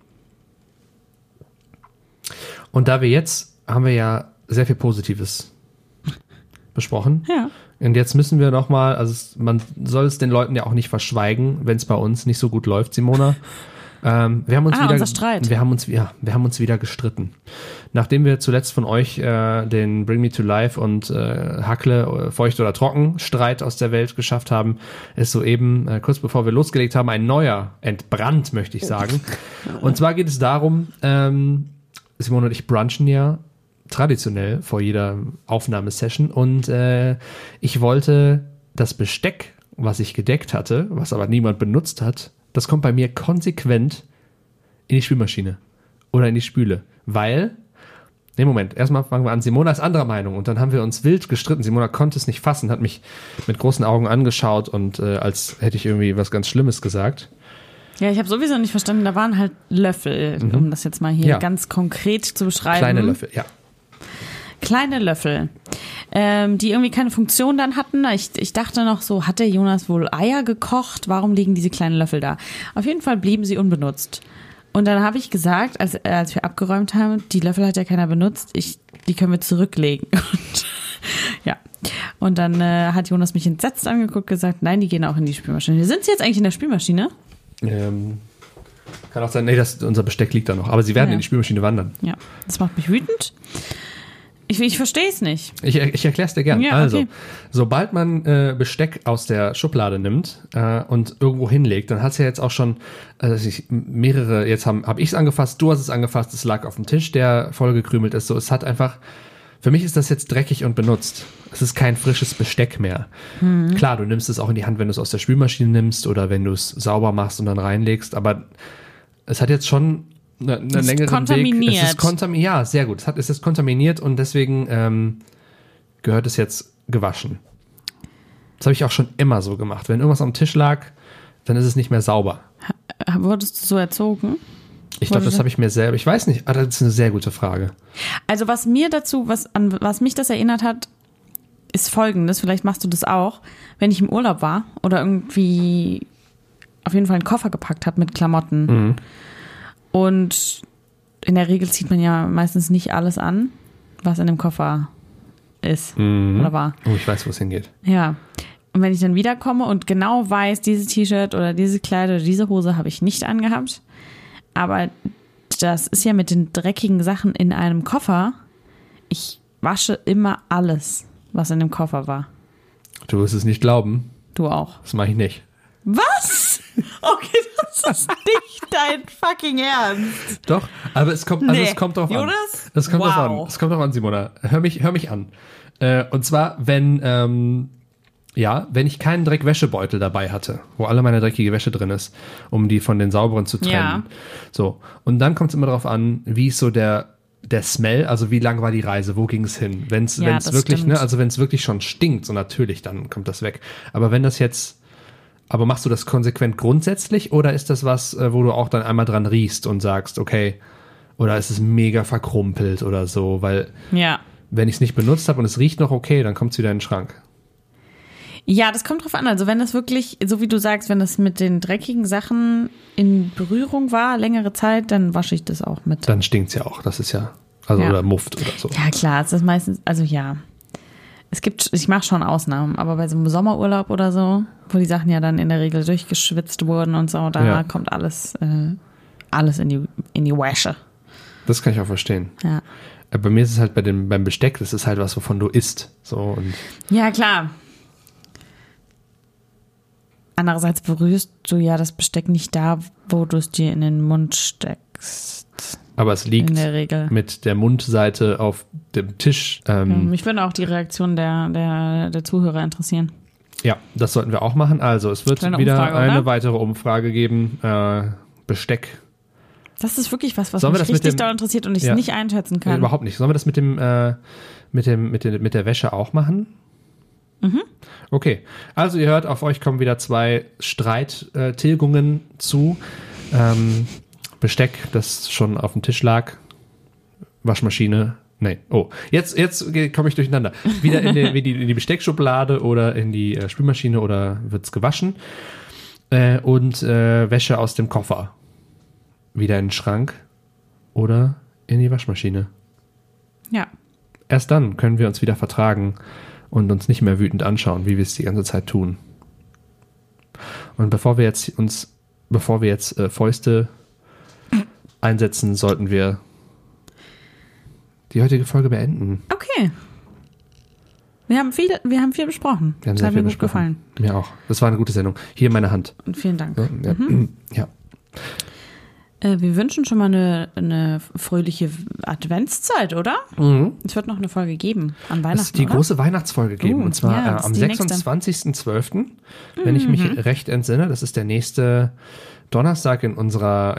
Und haben wir ja sehr viel Positives besprochen. Ja. Und jetzt müssen wir nochmal, also man soll es den Leuten ja auch nicht verschweigen, wenn es bei uns nicht so gut läuft, Simona. Wir haben uns wieder gestritten. Nachdem wir zuletzt von euch den Bring Me to Life und Hackle, feucht oder trocken Streit aus der Welt geschafft haben, ist soeben, kurz bevor wir losgelegt haben, ein neuer entbrannt, möchte ich sagen. Und zwar geht es darum, Simone und ich brunchen ja traditionell vor jeder Aufnahmesession und ich wollte das Besteck, was ich gedeckt hatte, was aber niemand benutzt hat, das kommt bei mir konsequent in die Spülmaschine oder in die Spüle, weil, erstmal fangen wir an, Simona ist anderer Meinung und dann haben wir uns wild gestritten. Simona konnte es nicht fassen, hat mich mit großen Augen angeschaut und als hätte ich irgendwie was ganz Schlimmes gesagt. Ja, ich habe sowieso nicht verstanden, da waren halt Löffel, um das jetzt mal hier ganz konkret zu beschreiben. Kleine Löffel, ja. Kleine Löffel, die irgendwie keine Funktion dann hatten. Ich dachte noch so, hat der Jonas wohl Eier gekocht? Warum liegen diese kleinen Löffel da? Auf jeden Fall blieben sie unbenutzt. Und dann habe ich gesagt, als wir abgeräumt haben, die Löffel hat ja keiner benutzt, die können wir zurücklegen. Und, ja. Und dann hat Jonas mich entsetzt angeguckt, gesagt, nein, die gehen auch in die Spülmaschine. Sind sie jetzt eigentlich in der Spülmaschine? Kann auch sein, unser Besteck liegt da noch. Aber sie werden in die Spülmaschine wandern. Ja, das macht mich wütend. Ich verstehe es nicht. Ich erkläre es dir gern. Ja, also, okay. Sobald man Besteck aus der Schublade nimmt und irgendwo hinlegt, dann hat es ja jetzt auch schon jetzt habe ich es angefasst, du hast es angefasst, es lag auf dem Tisch, der vollgekrümelt ist. So, es hat einfach Für mich ist das jetzt dreckig und benutzt. Es ist kein frisches Besteck mehr. Klar, du nimmst es auch in die Hand, wenn du es aus der Spülmaschine nimmst oder wenn du es sauber machst und dann reinlegst, aber es hat jetzt schon einen längeren Weg. Es ist kontaminiert. Ja, sehr gut. Es ist kontaminiert und deswegen gehört es jetzt gewaschen. Das habe ich auch schon immer so gemacht. Wenn irgendwas am Tisch lag, dann ist es nicht mehr sauber. Wurdest du so erzogen? Ich glaube, das habe ich mir selber. Ich weiß nicht, das ist eine sehr gute Frage. Also was mich das erinnert hat, ist Folgendes. Vielleicht machst du das auch. Wenn ich im Urlaub war oder irgendwie auf jeden Fall einen Koffer gepackt habe mit Klamotten. Und in der Regel zieht man ja meistens nicht alles an, was in dem Koffer ist oder war. Oh, ich weiß, wo es hingeht. Ja. Und wenn ich dann wiederkomme und genau weiß, dieses T-Shirt oder diese Kleider oder diese Hose habe ich nicht angehabt, aber das ist ja mit den dreckigen Sachen in einem Koffer. Ich wasche immer alles, was in dem Koffer war. Du wirst es nicht glauben. Du auch. Das mache ich nicht. Was? Okay, das ist nicht dein fucking Ernst. Doch, aber es kommt drauf an. Jonas? Es kommt drauf an. Es kommt drauf an, Simona. Hör mich an. Und zwar, wenn ich keinen Dreckwäschebeutel dabei hatte, wo alle meine dreckige Wäsche drin ist, um die von den sauberen zu trennen. Ja. So. Und dann kommt es immer darauf an, wie ist so der Smell, also wie lang war die Reise, wo ging es hin? Wenn es wirklich, stimmt. also wenn es wirklich schon stinkt, so natürlich, dann kommt das weg. Aber machst du das konsequent grundsätzlich oder ist das was, wo du auch dann einmal dran riechst und sagst, okay, oder ist es mega verkrumpelt oder so, weil wenn ich es nicht benutzt habe und es riecht noch okay, dann kommt es wieder in den Schrank. Ja, das kommt drauf an. Also wenn das wirklich, so wie du sagst, wenn das mit den dreckigen Sachen in Berührung war, längere Zeit, dann wasche ich das auch mit. Dann stinkt's ja auch. Das ist ja, oder Muft oder so. Ja, klar, es ist meistens, ich mache schon Ausnahmen, aber bei so einem Sommerurlaub oder so, wo die Sachen ja dann in der Regel durchgeschwitzt wurden und so, da kommt alles in die Wäsche. Das kann ich auch verstehen. Ja. Bei mir ist es halt beim Besteck, das ist halt was, wovon du isst. So, und ja, klar. Andererseits berührst du ja das Besteck nicht da, wo du es dir in den Mund steckst. Aber es liegt in der Regel mit der Mundseite auf dem Tisch. Mich würde auch die Reaktion der Zuhörer interessieren. Ja, das sollten wir auch machen. Also es wird wieder eine weitere Umfrage geben. Besteck. Das ist wirklich was mich richtig doll interessiert und ich es nicht einschätzen kann. Überhaupt nicht. Sollen wir das mit der Wäsche auch machen? Okay, also ihr hört, auf euch kommen wieder 2 Streittilgungen zu. Besteck, das schon auf dem Tisch lag. Waschmaschine. Nee. Oh, jetzt komme ich durcheinander. Wieder in die Besteckschublade oder in die Spülmaschine oder wird's gewaschen. Und Wäsche aus dem Koffer. Wieder in den Schrank oder in die Waschmaschine. Ja. Erst dann können wir uns wieder vertragen und uns nicht mehr wütend anschauen, wie wir es die ganze Zeit tun. Und bevor wir jetzt Fäuste einsetzen, sollten wir die heutige Folge beenden. Okay. Wir haben viel besprochen. Das hat mir gut gefallen. Mir auch. Das war eine gute Sendung. Hier in meiner Hand. Und vielen Dank. Ja. Wir wünschen schon mal eine fröhliche Adventszeit, oder? Es wird noch eine Folge geben an Weihnachten, Es wird die große Weihnachtsfolge geben. Und zwar am 26.12., wenn ich mich recht entsinne. Das ist der nächste Donnerstag in unserer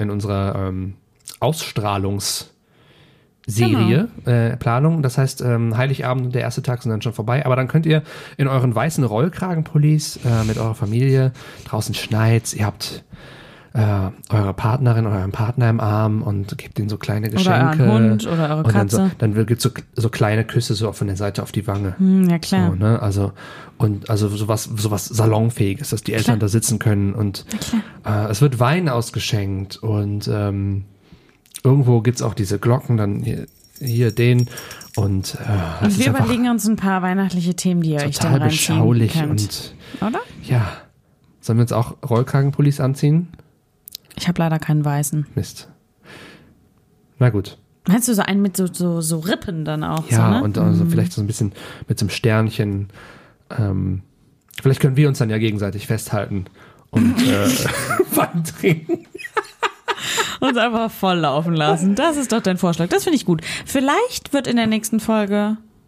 Ausstrahlungsserie, Planung. Das heißt, Heiligabend und der erste Tag sind dann schon vorbei. Aber dann könnt ihr in euren weißen Rollkragenpullis mit eurer Familie, draußen schneit's, ihr habt eure Partnerin oder euren Partner im Arm und gebt ihnen so kleine Geschenke. Oder euren Hund oder eure Katze. Und dann gibt es so kleine Küsse so von der Seite auf die Wange. Ja, klar. So, ne? Also sowas Salonfähiges, dass die Eltern da sitzen können. Und es wird Wein ausgeschenkt und irgendwo gibt es auch diese Glocken, dann hier den. Und wir überlegen uns ein paar weihnachtliche Themen, die ihr euch dann reinziehen beschaulich könnt. Oder? Ja. Sollen wir uns auch Rollkragenpullis anziehen? Ich habe leider keinen weißen. Mist. Na gut. Meinst du so einen mit so Rippen dann auch? Ja, so, ne? Und also vielleicht so ein bisschen mit so einem Sternchen. Vielleicht können wir uns dann ja gegenseitig festhalten und Wein trinken. Uns einfach voll laufen lassen. Das ist doch dein Vorschlag. Das finde ich gut. Vielleicht wird in der nächsten Folge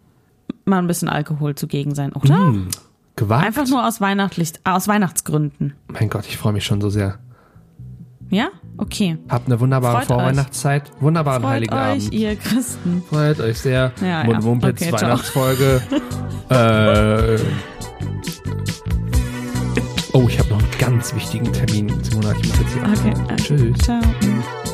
mal ein bisschen Alkohol zugegen sein, oder? Gewagt. Einfach nur aus Weihnachtsgründen. Mein Gott, ich freue mich schon so sehr. Ja? Okay. Habt eine wunderbare Freut Vorweihnachtszeit. Wunderbaren Freut Heiligen euch, Abend. ihr Christen. Freut euch sehr. Ja, Mund Mumpitz okay, Weihnachtsfolge. Oh, ich habe noch einen ganz wichtigen Termin. Simona, ich muss jetzt hier. Okay. Tschüss. Ciao.